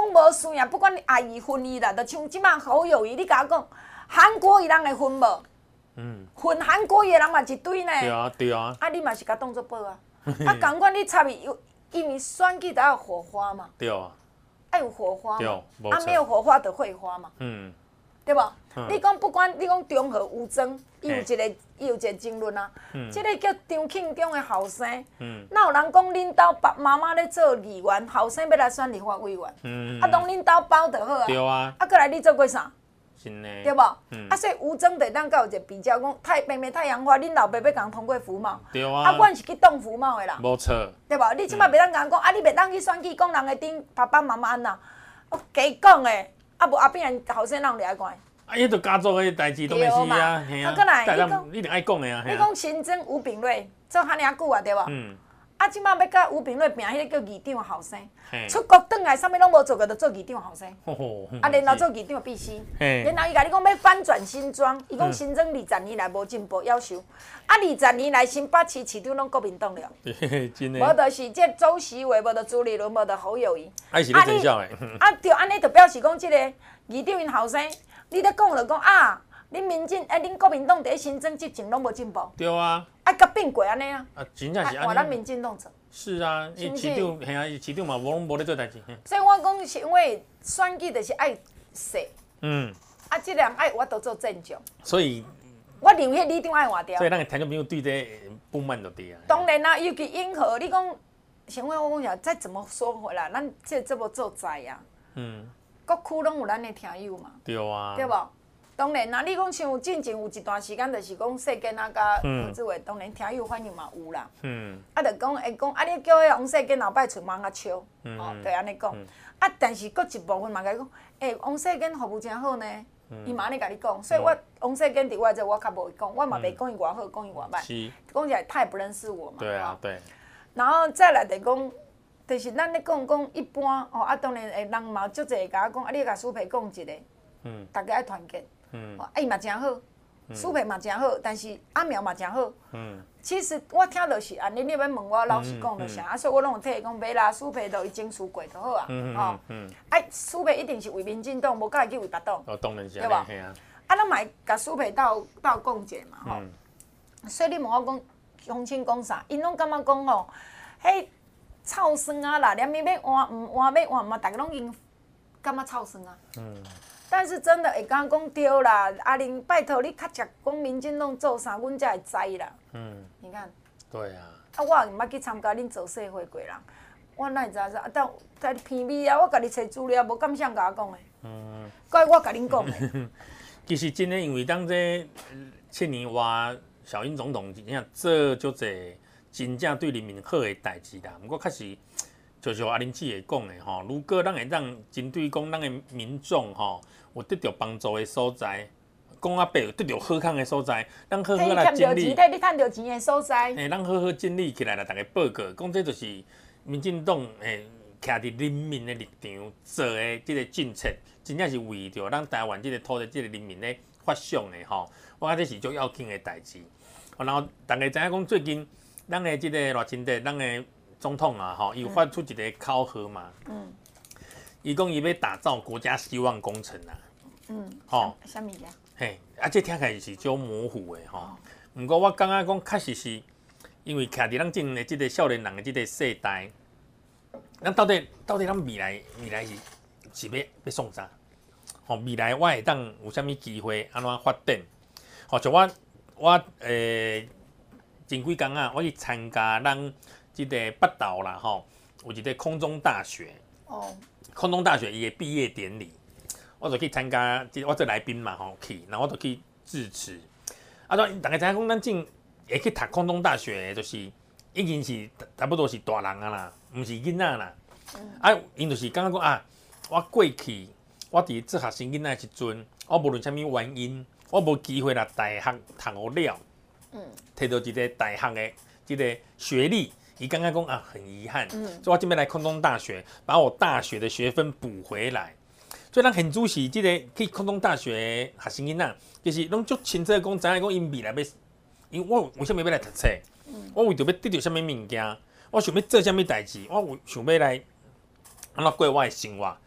Speaker 4: 拢无算啊，不管你阿姨分伊啦，就像即摆侯友谊，你甲我讲，韩国瑜人会分无？分韩国瑜的人嘛一堆呢。
Speaker 3: 对啊，对啊。
Speaker 4: 啊，你嘛是甲当作宝啊。啊，共款你插伊，因为选举都要有火花嘛。
Speaker 3: 对啊。
Speaker 4: 爱有火花嘛。
Speaker 3: 对，
Speaker 4: 啊，没有火花就会花嘛。对无？你讲不管你讲中和吴征，伊有一个争论啊。即个叫张庆忠的后生，哪有人讲恁兜爸妈妈咧做议员，后生要来选立法委员？啊，当恁兜包就好啊。
Speaker 3: 对啊。
Speaker 4: 啊，过来你做过啥？
Speaker 3: 真诶。
Speaker 4: 对无？啊，所以吴征得当甲有一个比较，讲妹妹太阳花，恁老爸要共通过服贸。
Speaker 3: 对啊。
Speaker 4: 啊，阮是去当服贸的啦。
Speaker 3: 无错。
Speaker 4: 对无？你即摆袂当甲讲，啊，你袂当去选举，讲人会顶爸爸妈妈安那？假讲诶，啊无后壁人后生人就爱讲。
Speaker 3: 啊，迄著家族的代志，当然是啊，嘿啊。
Speaker 4: 啊，过来，
Speaker 3: 你一定爱讲的啊。
Speaker 4: 你讲新增吴秉瑞做遐尔久啊，对无？啊，即摆要甲吴秉瑞拼，迄个叫议长后生，出国转来，啥物拢无做过，就做议长后生。啊，然后做议长必须，然后伊甲你讲要翻转新庄，伊讲新庄20年来无进步，夭寿。啊，20年来新北市市长拢国民党了。
Speaker 3: 真的。
Speaker 4: 无就是这周习伟，无就朱立伦，无就侯友谊。
Speaker 3: 还是咧真少的。
Speaker 4: 啊，就安尼就表示讲，即个议长因后生。你咧讲就讲啊，恁国民党伫新增执政拢无进步。
Speaker 3: 对啊。
Speaker 4: 啊，甲变过安尼啊。
Speaker 3: 啊，真正是安尼。
Speaker 4: 换咱民进党做。
Speaker 3: 是啊，伊市长嘿啊，伊市长嘛无咧做代志。
Speaker 4: 所以我讲是因为选举就是爱说。啊，即人爱我都做正常。
Speaker 3: 所以。
Speaker 4: 我认为迄里长爱换掉。
Speaker 3: 所以咱个听众朋友对这不满就对啊。
Speaker 4: 当然啦，尤其英和，你讲，想我讲再怎么说回来，咱这么做在啊。各区拢有咱的听友嘛，
Speaker 3: 对啊，
Speaker 4: 对无？当然啦，你讲像进前有一段时间，就是讲世间啊，甲黄子华，当然听友反应嘛有啦。啊，就讲会讲，啊，你叫迄王世坚后摆出门啊笑，哦，就安尼讲。啊，但是佫一部分嘛，甲伊讲，王世坚服务真好呢，伊嘛安尼甲你讲。所以我王世坚伫我这，我较无讲，我嘛袂讲伊偌好，讲伊偌歹，讲起来他也不认识我嘛。
Speaker 3: 对啊，对。
Speaker 4: 然后再来就讲。就是咱咧讲一般哦，啊当然人嘛足侪甲我讲，啊你甲苏培讲一个，大家爱团结，伊嘛真好，苏培嘛真好，但是阿苗嘛真好，其实我听就是安尼，你要问我老实讲就是啊，所以我拢有替伊讲，袂啦，苏培就伊争取过就好啊，苏培一定是为民进党，无甲伊去为别党，
Speaker 3: 当然是，
Speaker 4: 对无？啊，咱嘛甲苏培斗讲者嘛吼，所以你问我讲乡亲讲啥，因拢感觉讲吼，迄。臭酸啊啦，连要换唔换要换嘛，大家拢已经感觉臭酸啊。但是真的会讲对啦，阿玲拜托你较食讲民进党做啥，阮才会知啦。你看。对啊。啊，我也毋捌去参加恁做社会过人，我哪会知啥？但偏僻啊，我家己找资料，无敢想甲我讲的。怪我甲恁讲的。
Speaker 3: 其实真的，因为当这7年外，小英总统真正做足侪。真正对人民好的代志啦，不过确实，就像阿玲姐会讲的吼，如果咱会当针对讲咱的民众吼，有得到帮助的所在，讲啊白有得到好康的所在，咱好好来整理。
Speaker 4: 你趁到钱的所在。
Speaker 3: 咱好好整理起来啦，大家报告，讲这就是民进党徛伫人民的立场做的这个政策，真正是为着咱台湾这个土地、这个人民咧发想的吼。我觉得这是足要紧的代志。然后大家知影讲最近。咱的即个赖清德，咱的总统啊，吼，伊有发出一个口号嘛。伊讲伊要打造国家希望工程啊。吼。
Speaker 4: 啥物件？
Speaker 3: 嘿，这听起来是足模糊的吼。不过我感觉讲，确实是因为徛伫咱正的即个少年人的即个世代，咱到底咱未来是要创啥？吼，未来我会当有啥物机会安怎发展？吼，像我前几工啊，我去参加咱即个北投啦吼，有一个空中大学。空中大学伊的毕业典礼，我就去参加，我做来宾嘛吼去，然后我就去致辞。啊，大家知影讲，咱正会去读空中大学，就是已经是差不多是大人啊啦，毋是囡仔啦。啊，因就是感觉讲啊，我过去我伫做学生囡仔时阵，我无论啥物原因，我无机会来大学读了。摕到一个大学的这个学历，伊刚刚讲啊，很遗憾，所以我这边来空中大学，把我大学的学分补回来。所以咱很主席这个去空中大学学生囡仔，就是拢足清楚讲，知影讲因未来要，因为我为什么要来读册？我为着要得到什么物件？我想要做什么代志？我想要来安怎过我的生活？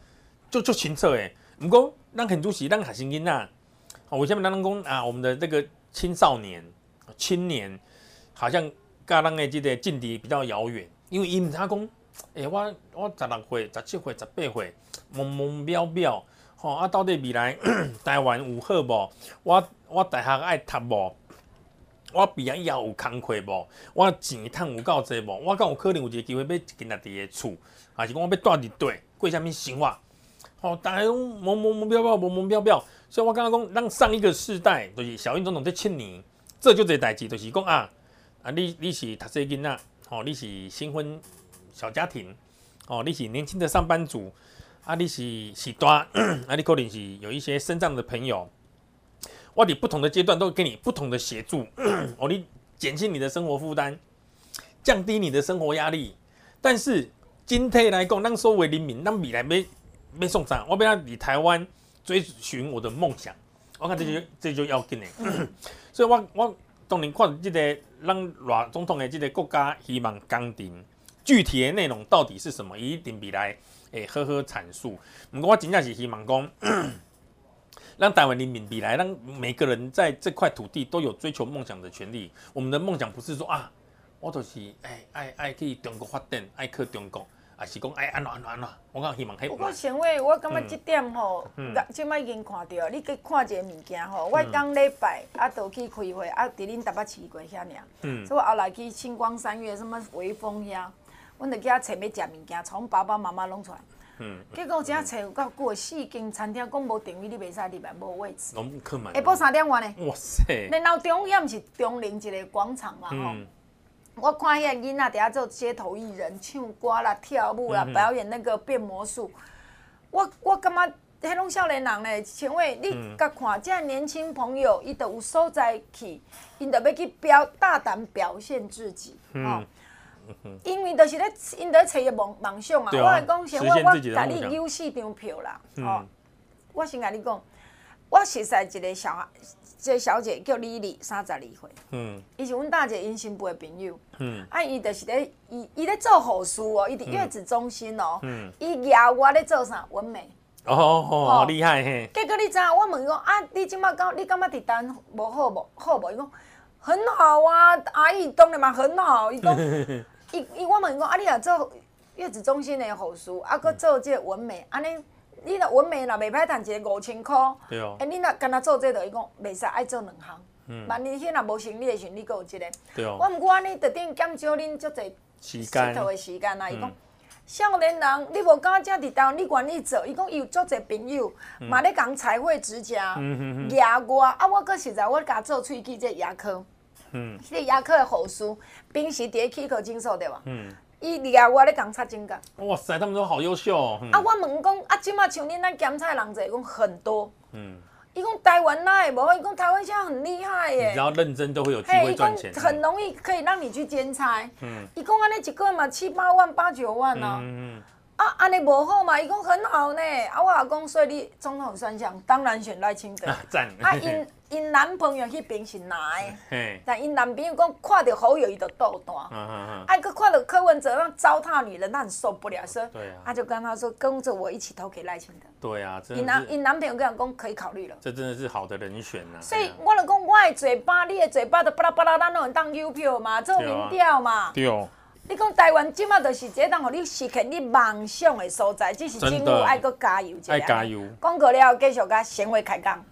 Speaker 3: 就清澈诶。不过，咱很主席，咱学生囡仔，为什么咱讲啊？我们的这个青少年、青年，好像跟咱的这个境地比较遥远，因为伊唔知讲，我16岁、17岁、18岁，懵懵渺渺，啊，到底未来台湾有好无？我大学爱读无？我毕业以后有工课无？我钱赚有够济无？我敢有可能有一个机会要今仔日的厝，还是讲我要住伫地，过啥物生活？大家拢懵渺，所以我刚刚讲，咱上一个世代就是小英总统这7年，这就这代志，就是讲你是读册囡仔，你是新婚小家庭，你是年轻的上班族，你是时代，你可能是有一些身障的朋友。我伫不同的阶段都给你不同的协助，你减轻你的生活负担，降低你的生活压力。但是今天来讲，咱所谓人民，咱未来要送啥？我要伫台湾追寻我的梦想。我看这就要紧的。所以我当然看这个咱赖总统的这个国家希望工程，具体的内容到底是什么，一定未来会好好阐述。不过我真正是希望讲。让台湾人民未来，让每个人在这块土地都有追求梦想的权利。我们的梦想不是说我就是爱去中国发展，爱去中国，还是讲爱安怎。我讲希望迄。
Speaker 4: 不过贤惠，我感觉这点吼，即摆已经看到。你去看一个物件吼，我刚礼拜就去开会，伫恁台北市过遐尔。所以我后来去星光三月什么微风遐，阮就去遐找要食物件，从爸爸妈妈拢出来。结果真找有够久，4间餐厅讲无定位，你袂使入来，无位置。
Speaker 3: 拢客满。
Speaker 4: 下晡3点外呢。
Speaker 3: 哇塞！
Speaker 4: 然后中央是中陵一个广场嘛吼。我看遐囡仔伫遐做街头艺人，唱歌啦、跳舞啦、表演那个变魔术。我感觉迄拢少年人咧，像话你甲看这年轻朋友，伊就有所在去，因就要去大胆表现自己吼。因为就是咧，因在找个梦想啊。我来讲，像我甲你邮4张票啦。我先甲你讲，我熟悉一个小姐叫李丽，32岁。伊是阮大姐因新妇的朋友。伊就是咧，伊咧做护士哦，伊伫月子中心哦。伊邀我咧做啥？纹眉。
Speaker 3: 好厉害嘿！
Speaker 4: 结果你知影，我问伊讲你即摆你感觉伫单无好无？好无？伊讲很好啊，阿姨当然嘛很好。伊讲。我问伊讲，你若做月子中心的护士，搁做这个纹眉，安尼你若纹眉若袂歹赚一个5000块，
Speaker 3: 对哦。
Speaker 4: 你若干那做这个，伊讲袂使爱做2项。万一迄若无生理的时阵，你搁有一个。
Speaker 3: 对哦。
Speaker 4: 我毋过安尼，就等于减少恁足侪
Speaker 3: 时间
Speaker 4: 佚佗的时间啊。伊讲少年人，你无敢遮伫台湾，你愿意做？伊讲伊有足侪朋友嘛咧讲彩绘指甲、牙我，我搁实在我甲做喙齿这牙科。迄个牙科的护士，平时伫咧齿科诊所对吧？伊掠我咧讲擦指甲。
Speaker 3: 哇塞，他们都好优秀哦。
Speaker 4: 我问讲，即马像恁咱检查人者，讲很多。伊讲台湾哪会无？伊讲台湾现在很厉害耶。
Speaker 3: 你只要认真，都会有机会赚钱。
Speaker 4: 很容易可以让你去兼差。伊讲安尼一个月嘛7、8万、8、9万啊。安尼无好嘛？伊讲很好呢。我也讲，所以你总统选项当然选赖清德。
Speaker 3: 赞。
Speaker 4: 因男朋友迄边是男的，但因男朋友讲看到好友伊就斗单，搁看到柯文哲让糟蹋女人，他很受不了，所以他就跟他说跟着我一起投给赖清德。
Speaker 3: 对啊，
Speaker 4: 因男朋友跟他讲可以考虑了。
Speaker 3: 这真的是好的人选啊。
Speaker 4: 所以我就讲我的嘴巴，你的嘴巴都巴拉巴拉，咱都能当邮票嘛，做民调嘛。
Speaker 3: 对哦。
Speaker 4: 你讲台湾即马就是一个当互你实现你梦想的所在，只是政府爱搁加油一下。
Speaker 3: 爱加油。
Speaker 4: 广告了，继续甲贤惠开讲。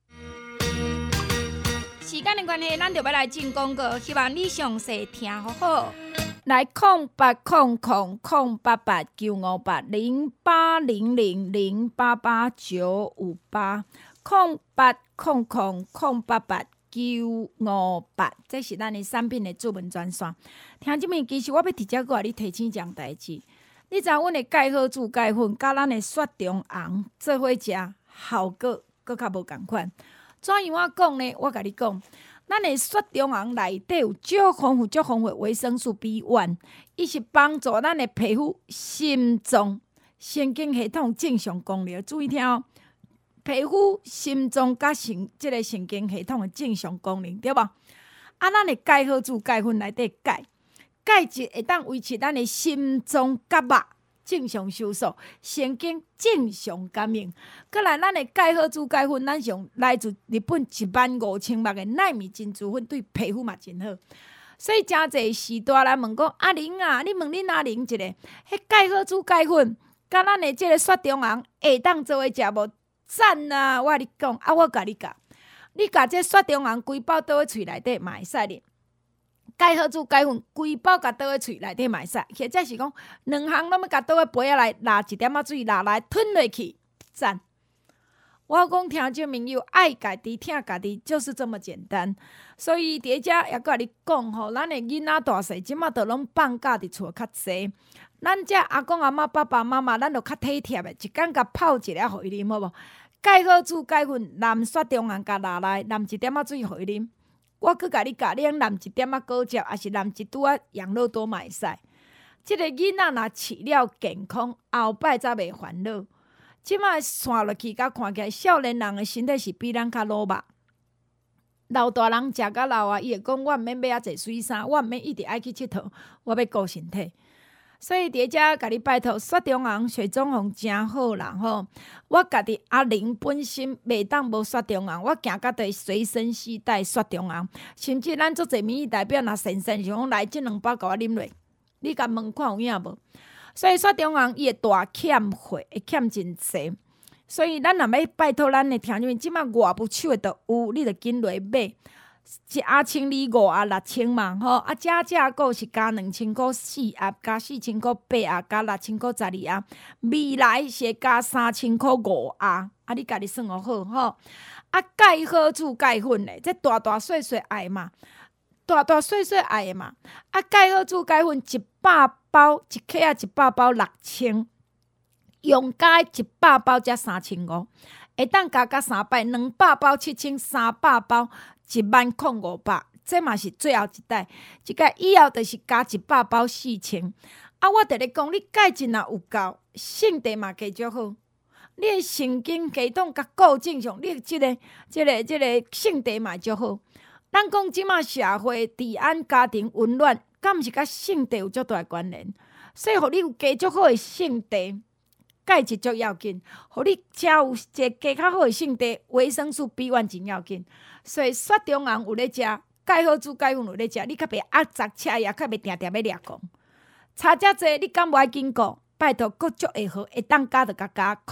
Speaker 2: 时间的关系，咱就要来进广告，希望你详细听好好。来0800-088-958，0800-088-958，这是咱的产品的主文专线。听即面，其实我要直接甲你提醒一件代志，你知影阮的钙好珠钙粉，甲咱的雪中红做伙食，效果搁较无共款。怎样我讲呢？我甲你讲，咱的雪中红内底有足丰富的维生素 B1， 伊是帮助咱的皮肤、心脏、神经系统正常功能。注意听哦，皮肤、心脏甲即个神经系统的正常功能，对无？咱的钙好珠钙粉内底钙质会当维持咱的心脏甲肉正常收缩，神经正常感应。过来，咱的钙好珠钙粉，咱用来自日本15000目的纳米珍珠粉，对皮肤嘛真好。所以真侪时代来问讲，阿玲啊，你问恁阿玲一个，迄钙好珠钙粉，甲咱的即个雪中红会当做伙食无？赞啊！我你讲，我甲你教，你甲这雪中红规包倒去喙内底嘛会使哩。钙好珠钙粉规包甲倒去喙内底嘛会使，或者是讲两项拢要甲倒去杯仔内拿一点仔水拿来吞落去，赞！我讲听众朋友爱家己听家己，就是这么简单。所以伫遮也甲你讲吼，咱的囡仔大细即马都拢放假伫厝较济，咱遮阿公阿嬷、爸爸妈妈，咱就较体贴的，一工甲泡一粒互伊啉，好无？钙好珠钙粉淋雪中红甲拿来淋一点仔水互伊啉。我佫甲你教，你用淋一点仔果汁，还是淋一拄仔养乐多嘛会使。即个囡仔若饲了健康，后摆才袂烦恼。即摆散落去，甲看起来，少年人的身体是比咱较老吧。老大人食甲老啊，伊会讲我毋免买啊侪水衫，我毋免一直爱去佚佗，我要顾身体。所以伫遮甲你拜托，雪中红、雪中红真好啦吼！我家己阿玲本身袂当无雪中红，我行到地随身携带雪中红，甚至咱足侪民意代表若先生想讲来即2包甲我啉落，你甲问看有影无？所以雪中红伊会大欠货，会欠真济。所以咱若要拜托咱的听众，即马外部手的都有，你着紧落买。一盒1,200，5盒6000嘛，吼！啊，正个是加2000块4盒，加4000块8盒，加6000块12盒。未来是加3000块5盒，啊，你家己算好吼。啊，钙好珠钙粉嘞，这大细细爱嘛，大细细爱的嘛。啊，钙好珠钙粉100包，一克啊100包6000，用钙100包才3500，会当加3摆，200包7000，300包。10500，这嘛是最后一代。即个以后就是加100包4000。啊，我伫咧讲，你钙质若有够，性地嘛加足好。你的神经系统甲顾正常，你即个性地嘛足好。咱讲即马社会治安、家庭温暖，敢毋是甲性地有足大关联？所以，互你有加足好的性地，钙质足要紧。互你才有一个加较好的性地，维生素 B1 真要紧。所以雪中红有咧食，钙好珠钙粉有咧食，你较袂压杂车也较袂定定要掠讲。差遮济，你敢无爱经过？拜托，各足会好，会当加就加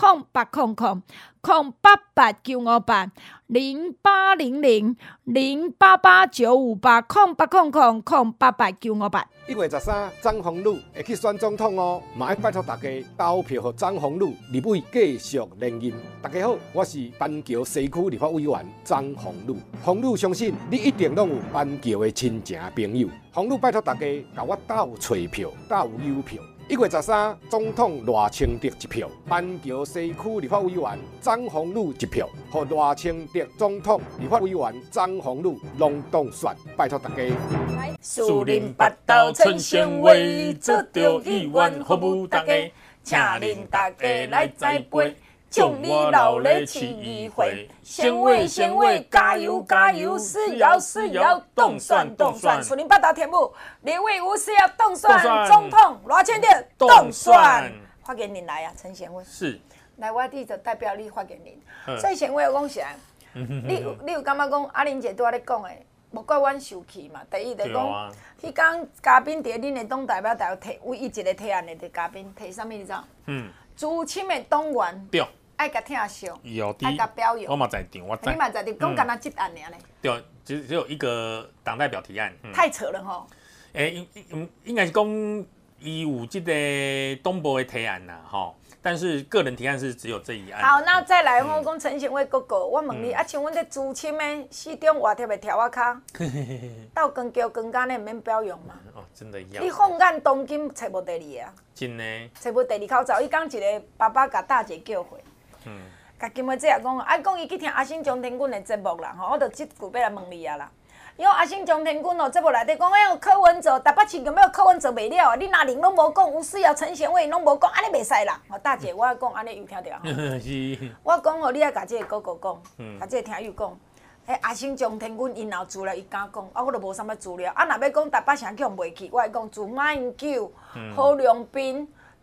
Speaker 2: 0800-0889580888958088980800-0888-958。
Speaker 6: 1月13，张宏宇会去选总统哦，嘛要拜托大家投票给张宏宇立委继续连任。大家好，我是板桥西区立法委员张宏宇。宏宇相信你一定拢有板桥的亲情朋友。宏宇拜托大家甲我斗找票，斗邮票。1月13，总统赖清德1票，板桥西区立法委员张宏宇1票，和赖清德总统立法委员张宏宇拢当选，拜托大家。
Speaker 4: 树林八道春香味，做着议员服务大家，请恁大家来栽培。祝你老了市议会，县委加油加油！是要当选！树林八道题目，立委吴思瑶当选，总统赖清德当选。发言人来啊，陈贤伟
Speaker 3: 是
Speaker 4: 来，我弟就代表你发言人。所以贤伟有讲啥？你有感觉讲阿玲姐拄仔咧讲的，无怪阮受气嘛。第一就讲，迄天嘉宾伫恁的党代表台提唯一一个提案的嘉宾提啥物你知道？资深的党员。对。爱甲听上，爱甲表扬。
Speaker 3: 我嘛在场，我知。
Speaker 4: 你嘛在场，讲干那一案尔呢？
Speaker 3: 对，只有一个党代表提案。
Speaker 4: 太扯了吼！
Speaker 3: 应该是讲伊有这个东部的提案啦，吼。但是个人提案是只有这一案。
Speaker 4: 好，那再来我讲陈贤伟哥哥，我问你啊，像阮这资深的市长外贴的跳我骹，到光桥光甲呢，毋免表扬嘛？
Speaker 3: 哦，真的要。
Speaker 4: 你放眼当今找无第二个啊？
Speaker 3: 真的。
Speaker 4: 找无第二口罩，伊讲一个爸爸甲大姐叫回。甲金妹姐也讲，啊讲伊去听阿星张天军的节目啦，吼，我着即句要来问你啊啦。因为阿星张天军哦，节目内底讲，柯文哲台北市有没有柯文哲袂了？你哪人拢无讲，吴思瑶、陈贤伟拢无讲，安尼袂使啦。吼，大姐，我讲安尼有听着吼。是。我讲吼，你爱甲即个哥哥讲，甲即个听友讲，阿星张天军因后资料伊敢讲，我着无啥物资料。啊，若要讲台北城叫袂去，我会讲自马英九、郝龙斌。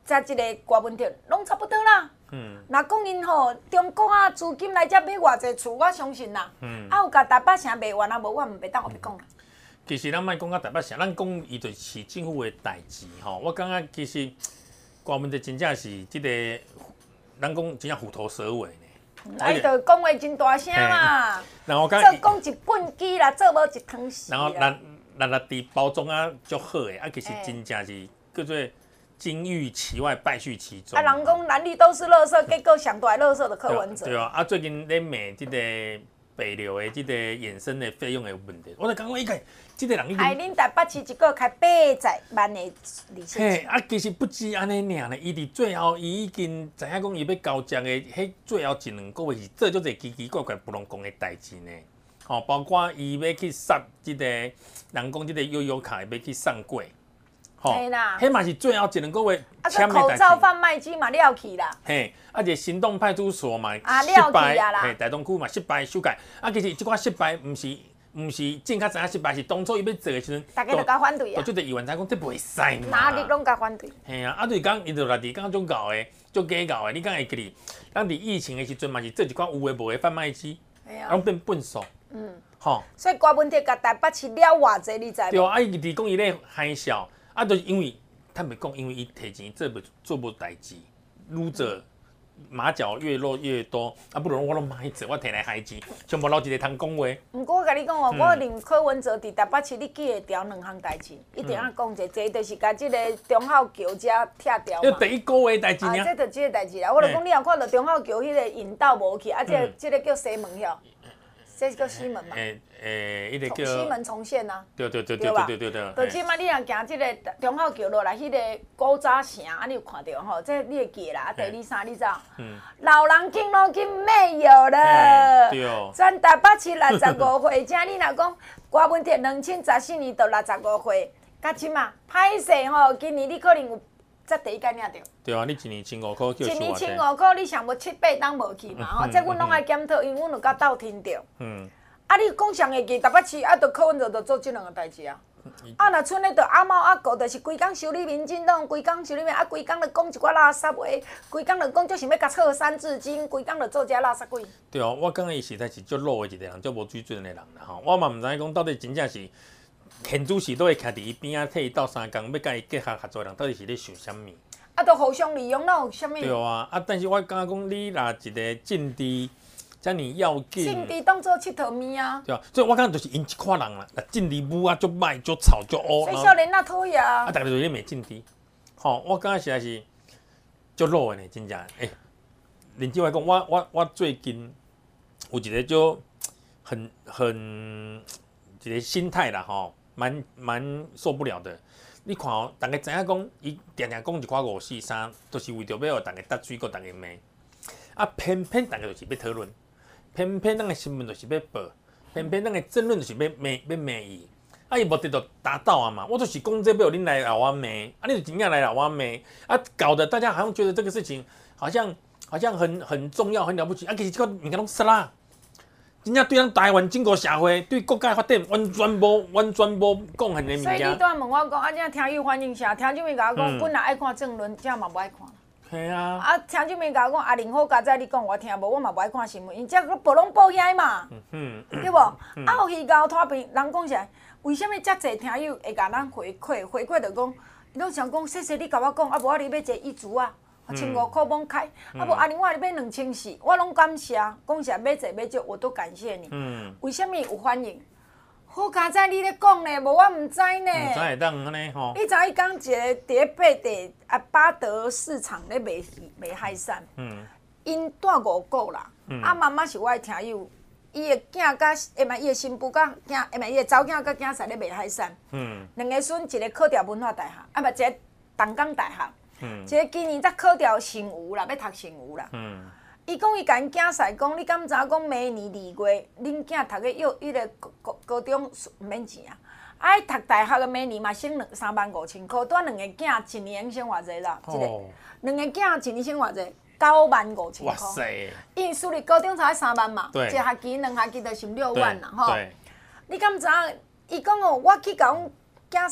Speaker 4: 才即个郭文特，拢差不多啦。若讲因吼中国啊资金来遮买偌济厝，我相信啦。有甲台北城卖完啊，无我毋袂当互你讲啦。
Speaker 3: 其实咱莫讲到台北城，咱讲伊就是政府的代志吼。我感觉其实郭文特真正是即个，咱讲真正虎头蛇尾呢。
Speaker 4: 啊，伊就讲话真大声嘛。
Speaker 3: 然后
Speaker 4: 做讲一本机啦，做无一汤匙。
Speaker 3: 然后咱伫包装啊足好诶，啊其实真正是叫做金玉其外，败絮其中。
Speaker 4: 啊，人讲男女都是垃圾，结果上大垃圾的柯文哲。
Speaker 3: 对啊，啊最近咧骂即个北流的即个衍生的费用的问题，我就感觉伊个即个人已经
Speaker 4: 害恁台北市一个开80万的利息。
Speaker 3: 嘿，啊其实不止安尼尔呢，伊伫最后伊已经知影讲伊要交接的，迄最后一2个月是做足侪奇奇怪怪不能讲的代志呢。吼，包括伊要去杀即个人讲即个悠悠卡要去上柜。
Speaker 4: 嘿啦，
Speaker 3: 迄嘛是最后1、2个月
Speaker 4: 签的代志。啊，口罩贩卖机嘛了去啦。
Speaker 3: 嘿，啊，个行动派出所嘛
Speaker 4: 失败啦。
Speaker 3: 嘿，大东区嘛失败修改。啊，其实即款失败，毋是正较知影失败，是当初伊要做的时阵，
Speaker 4: 大家就甲反对啊。
Speaker 3: 就即个议员才讲，这袂使嘛。
Speaker 4: 哪里拢甲反对。
Speaker 3: 嘿啊，啊，就是讲伊就来伫讲足搞的，足假搞的。你敢会记哩？咱伫疫情的时阵嘛是做一款有诶无诶贩卖机，拢变笨手。吼。
Speaker 4: 所以郭文特甲台北市了偌济，你知无？
Speaker 3: 对啊，伊伫讲伊咧嗨笑。啊，就是因为坦白讲，因为伊摕钱做无代志，愈做马脚越落越多，啊，不如我拢买做，我摕来害钱，全部留一个通讲话。
Speaker 4: 毋过我甲你讲哦，我认柯文哲伫台北市，你记会调2项代志，一定要讲者，一就是甲即个忠孝桥遮拆掉嘛。
Speaker 3: 要第一个月代志呢？
Speaker 4: 这就即个代志啦。我就讲，你有看到忠孝桥迄个引道无去，啊，即个叫西门遐。这叫西门嘛？
Speaker 3: 迄个叫
Speaker 4: 西门重现啊。
Speaker 3: 对。就
Speaker 4: 即摆你若行即个忠孝桥落来，迄个古早城，啊，你有看到吼？这你会记啦。啊，第二三，你知？老人敬老金没有了。
Speaker 3: 对。
Speaker 4: 全台北市65岁，正你若讲郭文特2014年到65岁，甲即嘛歹势吼，今年你可能有才第一届领着。
Speaker 3: 对啊，你1年1500块叫
Speaker 4: 1年1500块，你上无7、8当无去嘛吼，这阮拢爱检讨，因为阮有甲斗听着。啊，你讲上会记台北市啊，着柯文哲着做即2个代志啊。啊，若剩咧着阿猫阿狗，就是规工修理民进党，规工修理啊，规工着讲一寡垃圾话，规工着讲就想要甲撤三字经，规工着做遮垃圾鬼。
Speaker 3: 对啊，我感觉伊实在是足老的一个人，足无水准的人啦吼。我嘛毋知影讲到底真正是现主席都会徛伫伊边仔替伊斗相共，要甲伊结合合作人，到底是咧想啥物？
Speaker 4: 啊，着互相利用，哪有啥物？
Speaker 3: 对啊，啊，但是我感觉讲你若一个政治遮尔要紧，
Speaker 4: 政治当做佚佗物啊。
Speaker 3: 对啊，所以我感觉就是因一款人啦，政治母啊，足歹、足吵、足乌。
Speaker 4: 所以少年哪讨厌啊？
Speaker 3: 啊，大家就咧骂政治，吼，我感觉实在是足老的呢，真正。认真来讲，我最近有一个就很一个心态啦，吼，蛮受不了的。你看哦，大家知影讲，伊定定讲一寡5、4、3，都是为着要互大家得水，搁大家骂。啊，偏偏大家就是要讨论，偏偏咱个新闻就是要报，偏偏咱个争论就是要骂伊。啊，伊目的就达到啊嘛，我就是讲这要有恁来老我骂，啊，你就真正来老我骂，啊，搞得大家好像觉得这个事情好像很重要、很了不起，啊，其实这个物件拢失啦。真正对咱台湾整个社会、对国家发展完全无贡献的物件。
Speaker 4: 所以你拄仔问我讲，啊，这听友反映啥？听众们甲我讲，本来爱看政论，这嘛无爱看。
Speaker 3: 系啊。
Speaker 4: 啊，听众们甲我讲，啊，林好佳仔你讲我听无，我嘛无爱看新闻，因这个报拢报遐嘛，对无？啊，有去交拖边，人讲啥？为什么遮济听友会甲咱回馈就讲，伊拢想讲，谢谢你甲我讲，啊，无我哩要坐一组啊。1500块罔开，啊无安尼我哩要2400，我拢感谢，讲啥要济要少，我都感谢你。为什么有反应？好佳仔你咧讲呢，无我毋知呢。
Speaker 3: 毋知会当安尼吼。
Speaker 4: 你知伊讲一个伫八地巴德市场咧卖海产，因住5个啦，啊妈妈是我的听友，伊的囝甲伊的新妇甲囝，伊的查某囝甲囝婿咧卖海产，两个孙一个考调文化大学，啊一个东港大学。一个今年才考调成瑜啦，要读成瑜啦。伊讲伊甲因囝婿讲，你敢知影讲明年2月，恁囝读个迄个高中毋免钱啊？啊，读大学个明年嘛省35000块，带2个囝一年省偌济啦？一个2个囝一年省偌济？95000块。哇塞！因为私立高中才3万嘛，一学期2学期就是6万啦，吼。你敢知影？伊讲哦，我去甲阮囝婿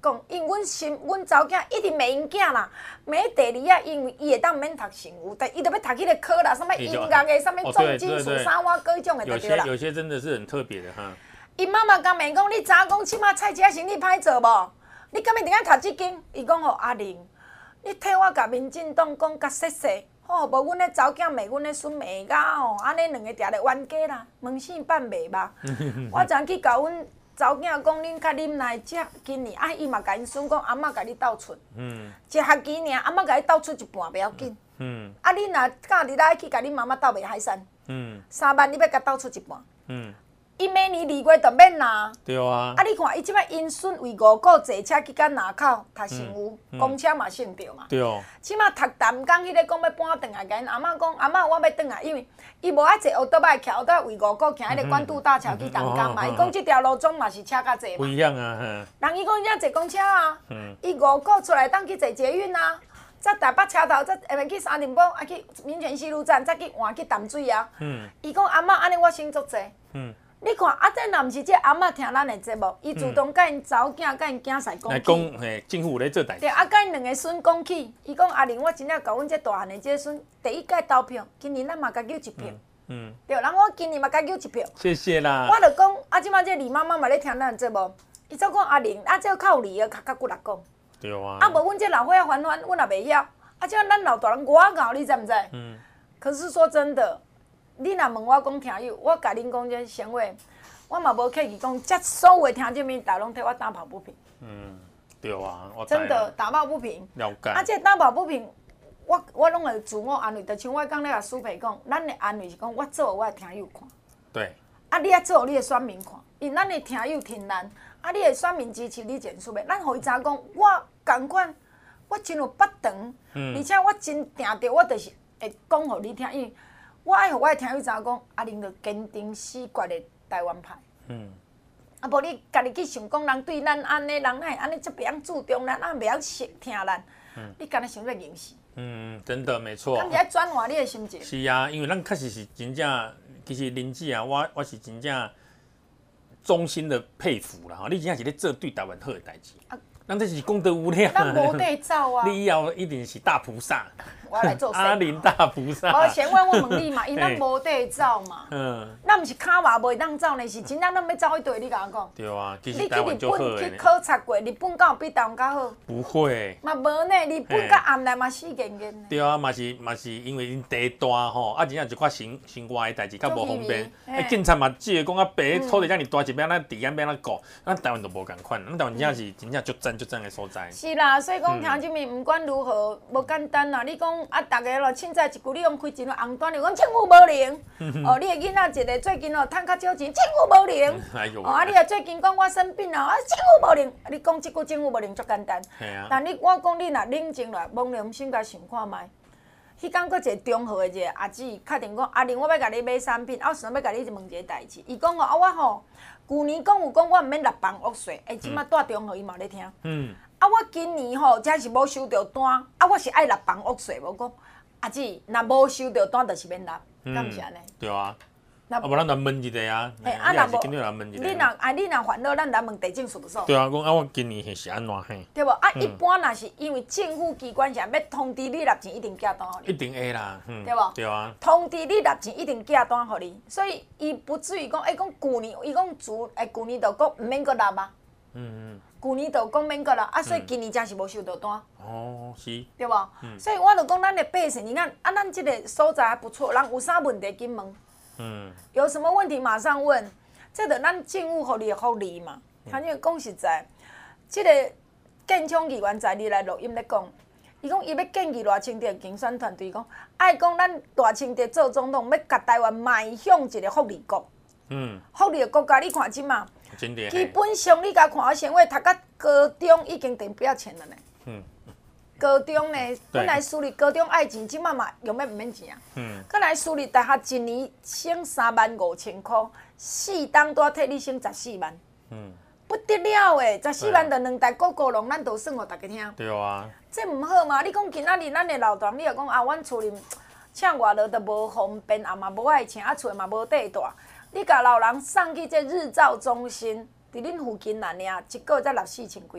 Speaker 4: 讲，因为阮查某囝一定袂用囝啦，袂第二啊，因为伊会当免读成务，但伊着要读迄个科啦，什么音乐的，什么重金属、啥瓦歌迄种的就对啦。
Speaker 3: 有些真的是很特别的哈。
Speaker 4: 伊妈妈甲问讲，你查讲即马菜市生意歹做无？你敢要定爱读即间？伊讲吼阿玲，你替我甲民进党讲甲说说，吼，无阮咧查某囝骂阮咧孙骂甲吼，安尼两个定咧冤家啦，问死办袂吧？我昨去甲阮查某囝讲，恁较啉来食，今年啊，伊嘛甲因孙讲，阿嬷甲你斗出，一学期尔，阿嬷甲你斗出一半，袂要紧。啊，你若假日来去甲恁妈妈斗袂海山，3万你要甲斗出一半。伊明年2月就免拿。
Speaker 3: 对啊。
Speaker 4: 啊，你看伊即摆因孙为5个坐车去到南口读成务，公车嘛省着嘛。
Speaker 3: 对哦。
Speaker 4: 即摆读淡江迄个讲要搬转来，甲因阿嬷讲，阿嬷我要转来，因为伊无爱坐奥多摆徛到为5个行迄个关渡大桥去淡江嘛。伊讲即条路总嘛是车较济嘛。
Speaker 3: 不一样啊，
Speaker 4: 人伊讲伊才坐公车啊，伊5个出来当去坐捷运啊。再台北车头，再下暝去沙林堡，啊去民权西路站，再去换去淡水啊。伊讲阿嬷安尼我省足济。你看，啊，这若毋是这阿嬷听咱的节目，伊主动甲因查某囝、甲因囝婿讲起。
Speaker 3: 来讲，嘿，政府咧做代志。
Speaker 4: 对，啊，甲因两个孙讲起，伊讲阿玲，我真正甲阮这大汉的这孙第一届投票，今年咱嘛甲揪一票。对，人我今年嘛甲揪一票。
Speaker 3: 谢谢啦。
Speaker 4: 我就讲，啊，即摆这李妈妈嘛咧听咱的节目，伊则讲阿玲，啊，这较有理的，较骨力讲。
Speaker 3: 对啊。
Speaker 4: 啊，无阮这老伙仔烦烦，阮也袂晓。啊，即摆咱老大人外咬，你知毋知？可是说真的，你若问我讲听友，我甲恁讲这闲话。我嘛无客气讲，这所有的听众们，大拢替我打抱不平。
Speaker 3: 对啊，我
Speaker 4: 真的打抱不平。
Speaker 3: 了解。
Speaker 4: 啊，这打抱不平，我拢会自我安慰，就像我刚咧甲苏培讲，咱的安慰是讲，我做我的听友看。
Speaker 3: 对。
Speaker 4: 啊，你爱做你的选民看，因为咱的听友听咱，啊，你的选民支持你前输的，咱互伊知影讲，我共款，我真有北长，而且我真定着，我就是会讲互你听，因为我爱互我的听友知影讲，阿玲着坚定死决的。台湾派，啊，无你家己去想讲，人对咱安尼，人会安尼，这袂晓注重咱，啊，袂晓听咱，你干那想要认识？
Speaker 3: 真的没错。
Speaker 4: 敢是爱转换你的心情。
Speaker 3: 是啊，因为咱确实是真正，其实林子啊，我是真正衷心的佩服啦，你真正是咧做对台湾好的代志。咱这是功德无量。
Speaker 4: 咱无地走啊。
Speaker 3: 你以后一定是大菩萨。
Speaker 4: 我来做
Speaker 3: 阿玲大菩萨。
Speaker 4: 无先问我问你嘛，因咱无地走嘛。咱毋是卡嘛袂当走呢，是真正咱要走迄队，你甲我讲。
Speaker 3: 对啊，其实台湾就好
Speaker 4: 你去日本去考察过，日本敢有比台湾较好？
Speaker 3: 不会。
Speaker 4: 嘛无呢，日本甲暗内嘛死严严呢。
Speaker 3: 对啊，嘛是因为因地大吼，啊真正一寡生活的代志较无方便。警察嘛，即个讲啊，白土地遮尔大，是要咱治安要咱顾，咱台湾就无共款，咱台湾真正是真正足赞的所在。
Speaker 4: 是啦，所以讲听即面，毋管如何，无简单啦。你讲啊，逐个咯。凊彩一句，你用开真红单的，讲政府无灵。哦，你的囡仔一个最近哦，趁较少钱，政府无灵。哦，啊，你啊最近讲我生病啊，政府无灵。你讲即句政府无灵足简单。但我讲你若冷静落，摸良心甲想看卖。迄天佫一个中和的一个阿姊，敲电讲阿玲，我要甲你买产品，我想要甲你问一个代志。伊讲哦，啊我吼，旧年讲有讲我毋免6房屋税，即马带中和伊嘛咧听。啊，我今年吼真是无收到单，啊我是爱6房屋税，无讲。阿姊，若无收到单，就是免纳，敢毋是安尼？
Speaker 3: 对啊。啊，无咱来问一下啊。你若是今日来问一下。
Speaker 4: 你若烦恼，咱来问地政事务所。
Speaker 3: 对啊，讲啊，我今年是安怎嘿？
Speaker 4: 对无？啊，一般若是因为政府机关是要通知你纳钱，一定寄单互你。
Speaker 3: 一定会啦，
Speaker 4: 对无？
Speaker 3: 对啊。
Speaker 4: 通知你纳钱，一定寄单互你，所以伊不至于讲，讲旧年，伊讲旧年就讲毋免搁纳啊。旧年就讲免搁啦，啊，所以今年真是无收到单。
Speaker 3: 哦，是。
Speaker 4: 对无？所以我就讲，咱的百姓，你看，啊，咱即个所在还不错，人有啥问题紧问。有什么问题马上问，这就咱政府互你的福利嘛。反正讲实在，即个建昌议员在你来录音咧讲，伊讲伊要建议赖清德竞选团队讲，爱讲咱赖清德做总统，要甲台湾迈向一个福利国。福利的国家，你看即嘛。基本上，你甲看我先话，读到高中已经订不要钱了呢。高中呢，本来私立高中爱钱，即马嘛用要毋免钱啊。本来私立大学一年省35000块，4档多替你省14万。不得了诶，14万就2台高高龙，咱都算互大家听。
Speaker 3: 对啊。
Speaker 4: 这毋好嘛？你讲今仔日咱的老大，你又讲啊，阮厝里请外劳都无方便，啊嘛无爱请，啊厝嘛无地大。你甲老人送去这日照中心，伫恁附近内尔，一个月才64千几块。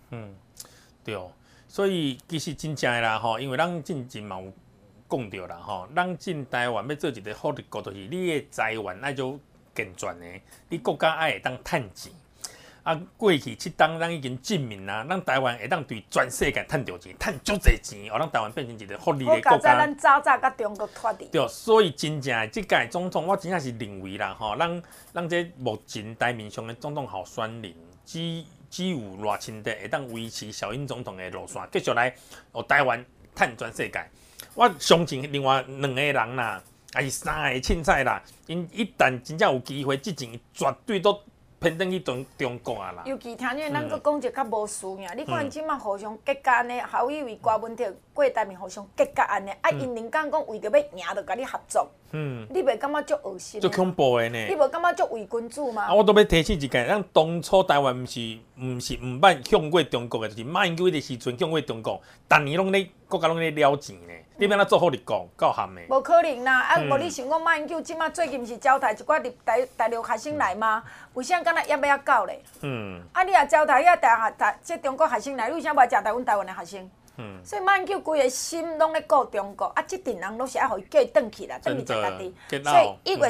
Speaker 3: 对，所以其实真正的啦吼，因为咱进前嘛有讲到啦吼，咱进台湾要做一个好的国，就是你的财源爱就健全的，你国家爱会当趁钱。啊，过去这当咱已经证明啦，咱台湾会当对全世界趁到钱，趁足侪钱，让咱台湾变成一个福利的国家。
Speaker 4: 咱早甲中国脱离。
Speaker 3: 对，所以真正的这届总统，我真正是认为啦吼，咱这目前台面上的总统候选人，只有赖清德会当维持小英总统的路线，继续来让台湾趁全世界。我相信另外2个人啦，还是3个凊彩啦，因一旦真正有机会，这钱绝对都偏转去中国啊啦。
Speaker 4: 尤其听见咱佫讲一个较无输赢，你看即马互相结甲安尼，侯友宜、郭文哲过台面互相结甲安尼，因两讲为着要赢，就甲你合作。你袂感觉足恶心？
Speaker 3: 足恐怖的呢！
Speaker 4: 你无感觉足伪君子吗？
Speaker 3: 我都要提醒一下，咱当初台湾毋是毋捌向过中国的，就是马英九的时阵向过中国，逐年拢咧国家拢咧了钱呢。你要怎做好日讲够含的？
Speaker 4: 无可能啦！无你想讲马英九即马最近是招待一寡入大陆学生来吗？为啥敢若也要到咧？你也招待即中国学生来，你为啥无招待阮台湾的学生？所以马英九规个心拢咧顾中国，即阵人拢是爱互伊叫伊转去啦，转去在家己。所以1月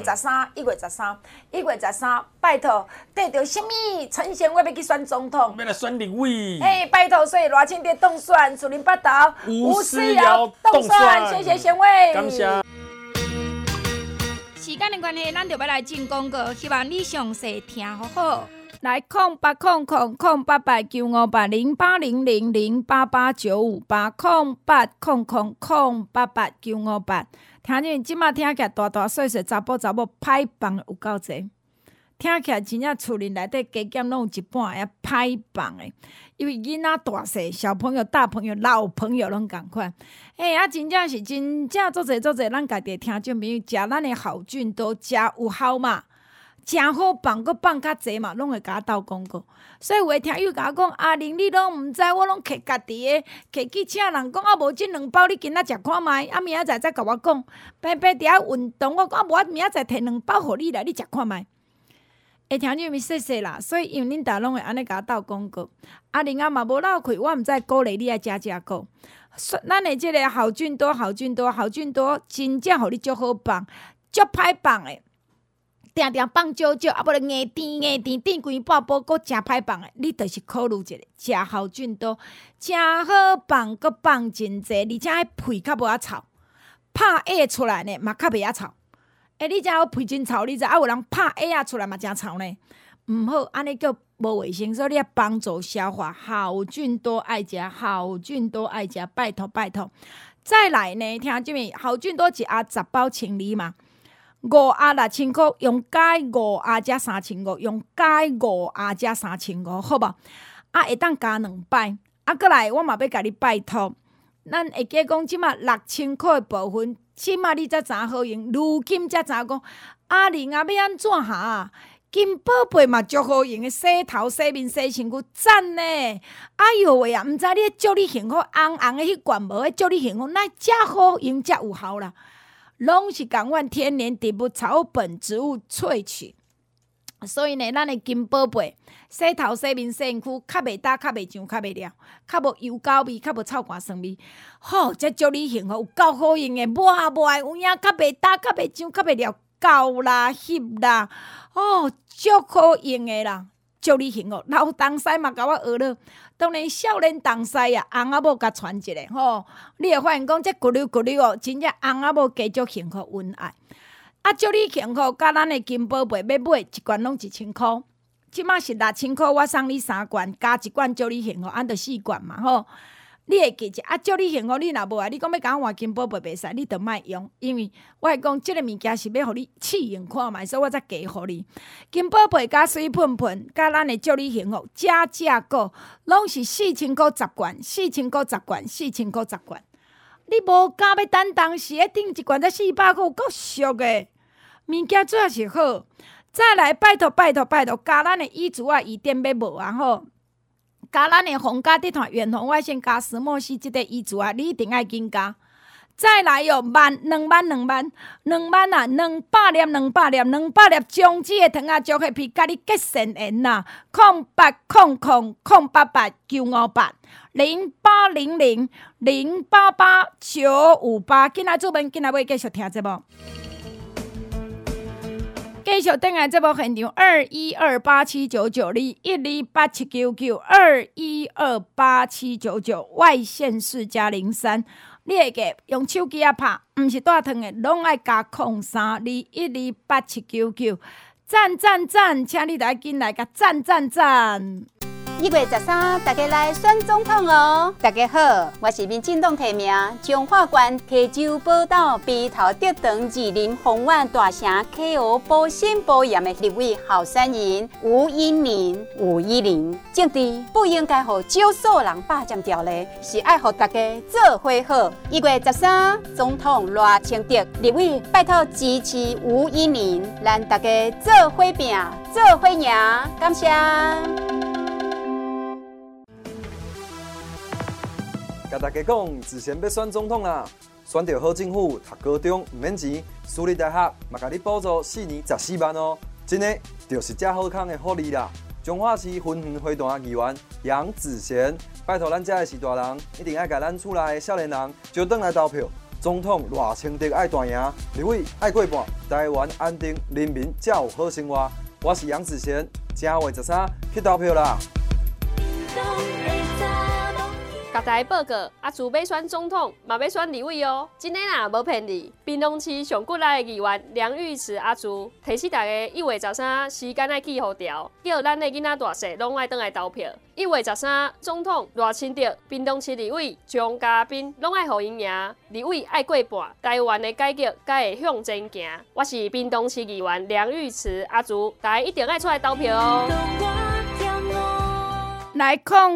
Speaker 4: 13，拜托，得到什么？陈贤伟要去选总统，
Speaker 3: 要来选立委。
Speaker 4: 拜托，所以赖清德当选，树林八岛
Speaker 3: 吴思瑶当选，
Speaker 4: 谢谢贤伟，
Speaker 3: 感谢。
Speaker 2: 时间的关系，咱就要来进广告，希望你详细听好好。来0800-088-958，0800-088-958，听见即马听起来大大细细查甫歹放有够济，听起来真正厝里内底加减拢有一半会歹放的，因为囡仔大细、小朋友、大朋友、老朋友拢共款。真正是真正足济，咱家己的听众朋友食咱的好菌都食有效嘛。诚好放，搁放较济嘛，拢会甲我斗广告。所以有诶听友甲我讲，阿玲你拢毋知，我拢摕家己诶，摕去请人讲无即2包，你今仔食看觅，明仔载再甲我讲，白伫遐运动，我讲无，明仔载摕2包互你来，你食看觅。听众咪细细啦，所以因为恁逐拢会安尼甲我斗广告，阿玲嘛无闹开，我毋知鼓励你爱食个。咱诶即个好菌多，真正互你足好放，足歹放诶。定放少，无就硬甜，甜规半煲，搁诚歹放的，你著是考虑一下，食好菌多，诚好放，搁放真济，而且迄屁较无遐臭，拍蚵出来呢嘛较袂遐臭。你知影屁真臭，你知有人拍蚵仔出来嘛诚臭呢？毋好，安尼叫无卫生，所以你要帮助消化，好菌多爱食，拜托。再来呢，听即面好菌多一盒10包清理嘛。5盒6,000块，用解5盒才3,500，用解5盒才3,500，好无？会当加2摆。过来，我嘛要甲你拜托，咱会记讲即马6,000块部分，即马你才知好用，如今才知讲，阿玲要安怎哈？金宝贝嘛足好用的，洗头、洗面、洗身躯，赞呢！哎哟喂啊，毋知你祝你幸福，红的迄罐无？迄祝你幸福，那遮好用，遮有效啦。拢是共款天然植物草本植物萃取，所以呢，咱的金宝贝洗头、洗面、洗身躯，较袂焦、较袂上、较袂了，较无油膏味、较无臭汗酸味。好，这祝你幸福，有够好用的，抹有影，较袂焦、较袂上、较袂了，够啦、翕啦，足好用的啦。祝你幸福，老东西嘛，甲我学了。当然，少年东西啊，翁仔某甲传一个吼，你会发现讲这骨溜真正翁仔某加足幸福恩爱。祝你幸福，甲咱的金宝贝要买一罐拢1000块，即马是6,000块，我送你3罐，加一罐祝你幸福，按着4罐嘛吼。你会记者祝你幸福，你若无啊，你讲要甲我换金宝贝袂使，你着莫用，因为我会讲即个物件是要互你试用看觅，所以我才加互你。金宝贝加水喷喷，加咱的祝你幸福，正个拢是4,000块10罐，4,000块10罐，4,000块10罐。你无敢要等当时，顶一罐才400块，有够俗的。物件主要是好，再来拜托，加咱的衣橱啊，椅垫要无啊吼。加咱的皇家地毯远红外线加石墨烯即个衣橱啊，你一定爱紧加。 再来哟，2万啊，200粒姜子的糖啊，足下皮，甲你结善缘呐！0800-088-958，0800-088-958，今仔主文今仔要继续听节目。继续等下节目现场，21287992128799，21287999外县市加03，你会记用手机啊拍，毋是带糖的，拢爱加0321287999，赞赞赞，请你来紧来甲赞赞赞。
Speaker 7: 1月13，大家来选总统哦！大家好，我是民进党提名彰化县溪州宝岛鼻头竹塘二林丰苑大城 KO 保心保严的立委候选人吴依林，政治不应该让少数人霸占掉嘞，是爱让大家做伙好。1月13，总统赖清德立委拜托支持吴依林，咱大家做伙拼，做伙赢，感谢。
Speaker 8: 甲大家讲，之前要选总统啦，选到好政府，读高中唔免钱，私立大学嘛甲你补助4年14万哦，真的就是这好康的福利啦！彰化市分园会堂议员杨子贤，拜托咱这的是大人，一定爱甲咱厝内的少年人招转来投票。总统赖清德爱大赢，立委爱过半，台湾安定，人民才有好生活。我是杨子贤，正月13去投票啦！
Speaker 9: 甲大家报告，除要选总统，嘛要选立委哦。真的啦，无骗你。屏东市上骨力的议员梁玉慈提示大家1月13时间爱记好调，叫咱的囡仔大细拢爱倒来投票。1月13总统赖清德，屏东市立委张嘉宾拢爱互因赢，立委爱过半，台湾的改革才会向前行。我是屏东市议员梁玉慈大家一定爱出来投票哦。
Speaker 2: 来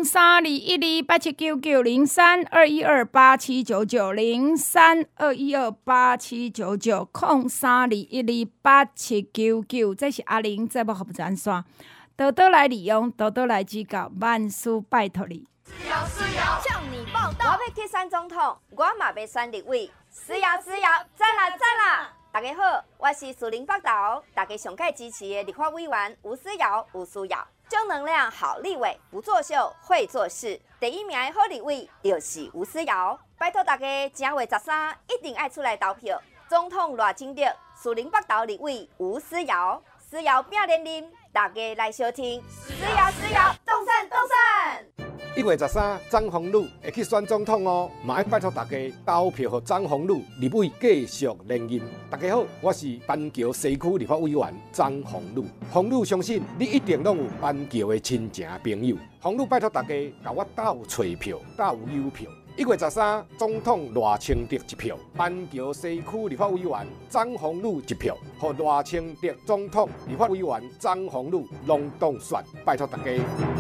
Speaker 2: 0321287990，0321287990，0321287999，这是阿玲节目服务专线，多多来利用，多多来指教，万事拜托你。
Speaker 10: 向你报道，我要去选总统，我嘛要选立委，是呀，赞啦！大家好，我是树林北投，大家上届支持的立法委员吴思瑶。正能量好立委，不作秀会做事。第1名的好立委就是吴思瑶。拜托大家正月13一定爱出来投票。总统赖清德，树林北投立委吴思瑶，思瑶拼连任，大家来相听。思瑶，动身！
Speaker 6: 1月13，张宏宇会去选总统哦，嘛要拜托大家投票给张宏宇立委继续连任。大家好，我是板桥西区立法委员张宏宇。宏宇相信你一定拢有板桥的亲情朋友。宏宇拜托大家甲我斗找票，斗邮票。1月13，总统赖清德1票，板桥西区立法委员张宏宇1票，和赖清德总统立法委员张宏宇拢当选。拜托大家。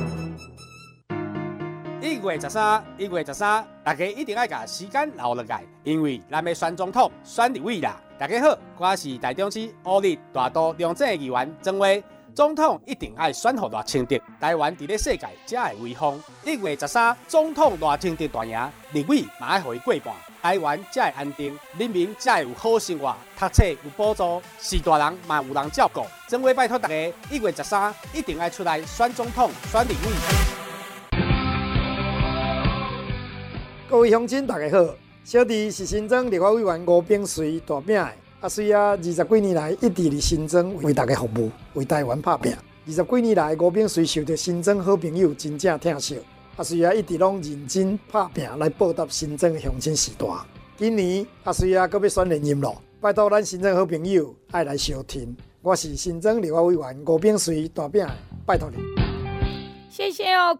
Speaker 11: 1月13，大家一定要把时间留落来，因为咱要选总统、选立委啦。大家好，我是台中市乌日大都中正议员曾伟。总统一定要选给赖清德，台湾伫咧世界才会威风。1月13，总统赖清德大赢，立委嘛爱互伊过半，台湾才会安定，人民才会有好生活，读册有补助，是大人嘛有人照顾。曾伟拜托大家，1月13一定要出来选总统、选立委。
Speaker 12: 各位乡亲，大家好，小弟是新庄立法委员吴炳随大饼的，随20几年来一直伫新庄为大家服务，为台湾拍拼。20几年来，吴炳随受到新庄好朋友真正疼惜，随一直拢认真拍拼来报答新庄的乡亲时代。今年随阁要选连任咯，拜托咱新庄好朋友爱来相挺。我是新庄立法委员吴炳随大饼的，拜托你。
Speaker 2: 谢谢哦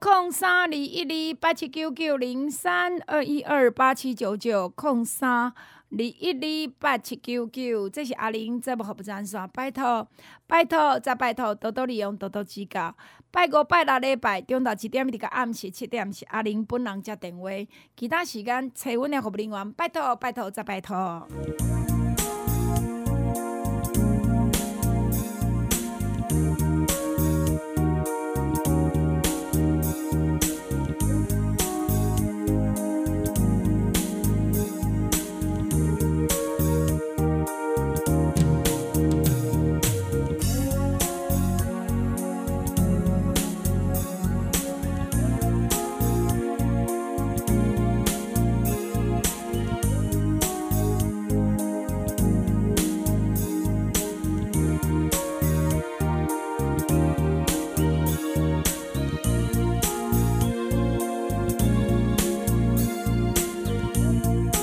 Speaker 2: ，0321287990，0221287999，0321287999，这是阿玲节目服务专线，拜托再拜托，多多利用，多多指教。拜5、拜6礼拜中昼1点一直到暗时7点是阿玲本人接电话，其他时间找阮的服务人员，拜托再拜托。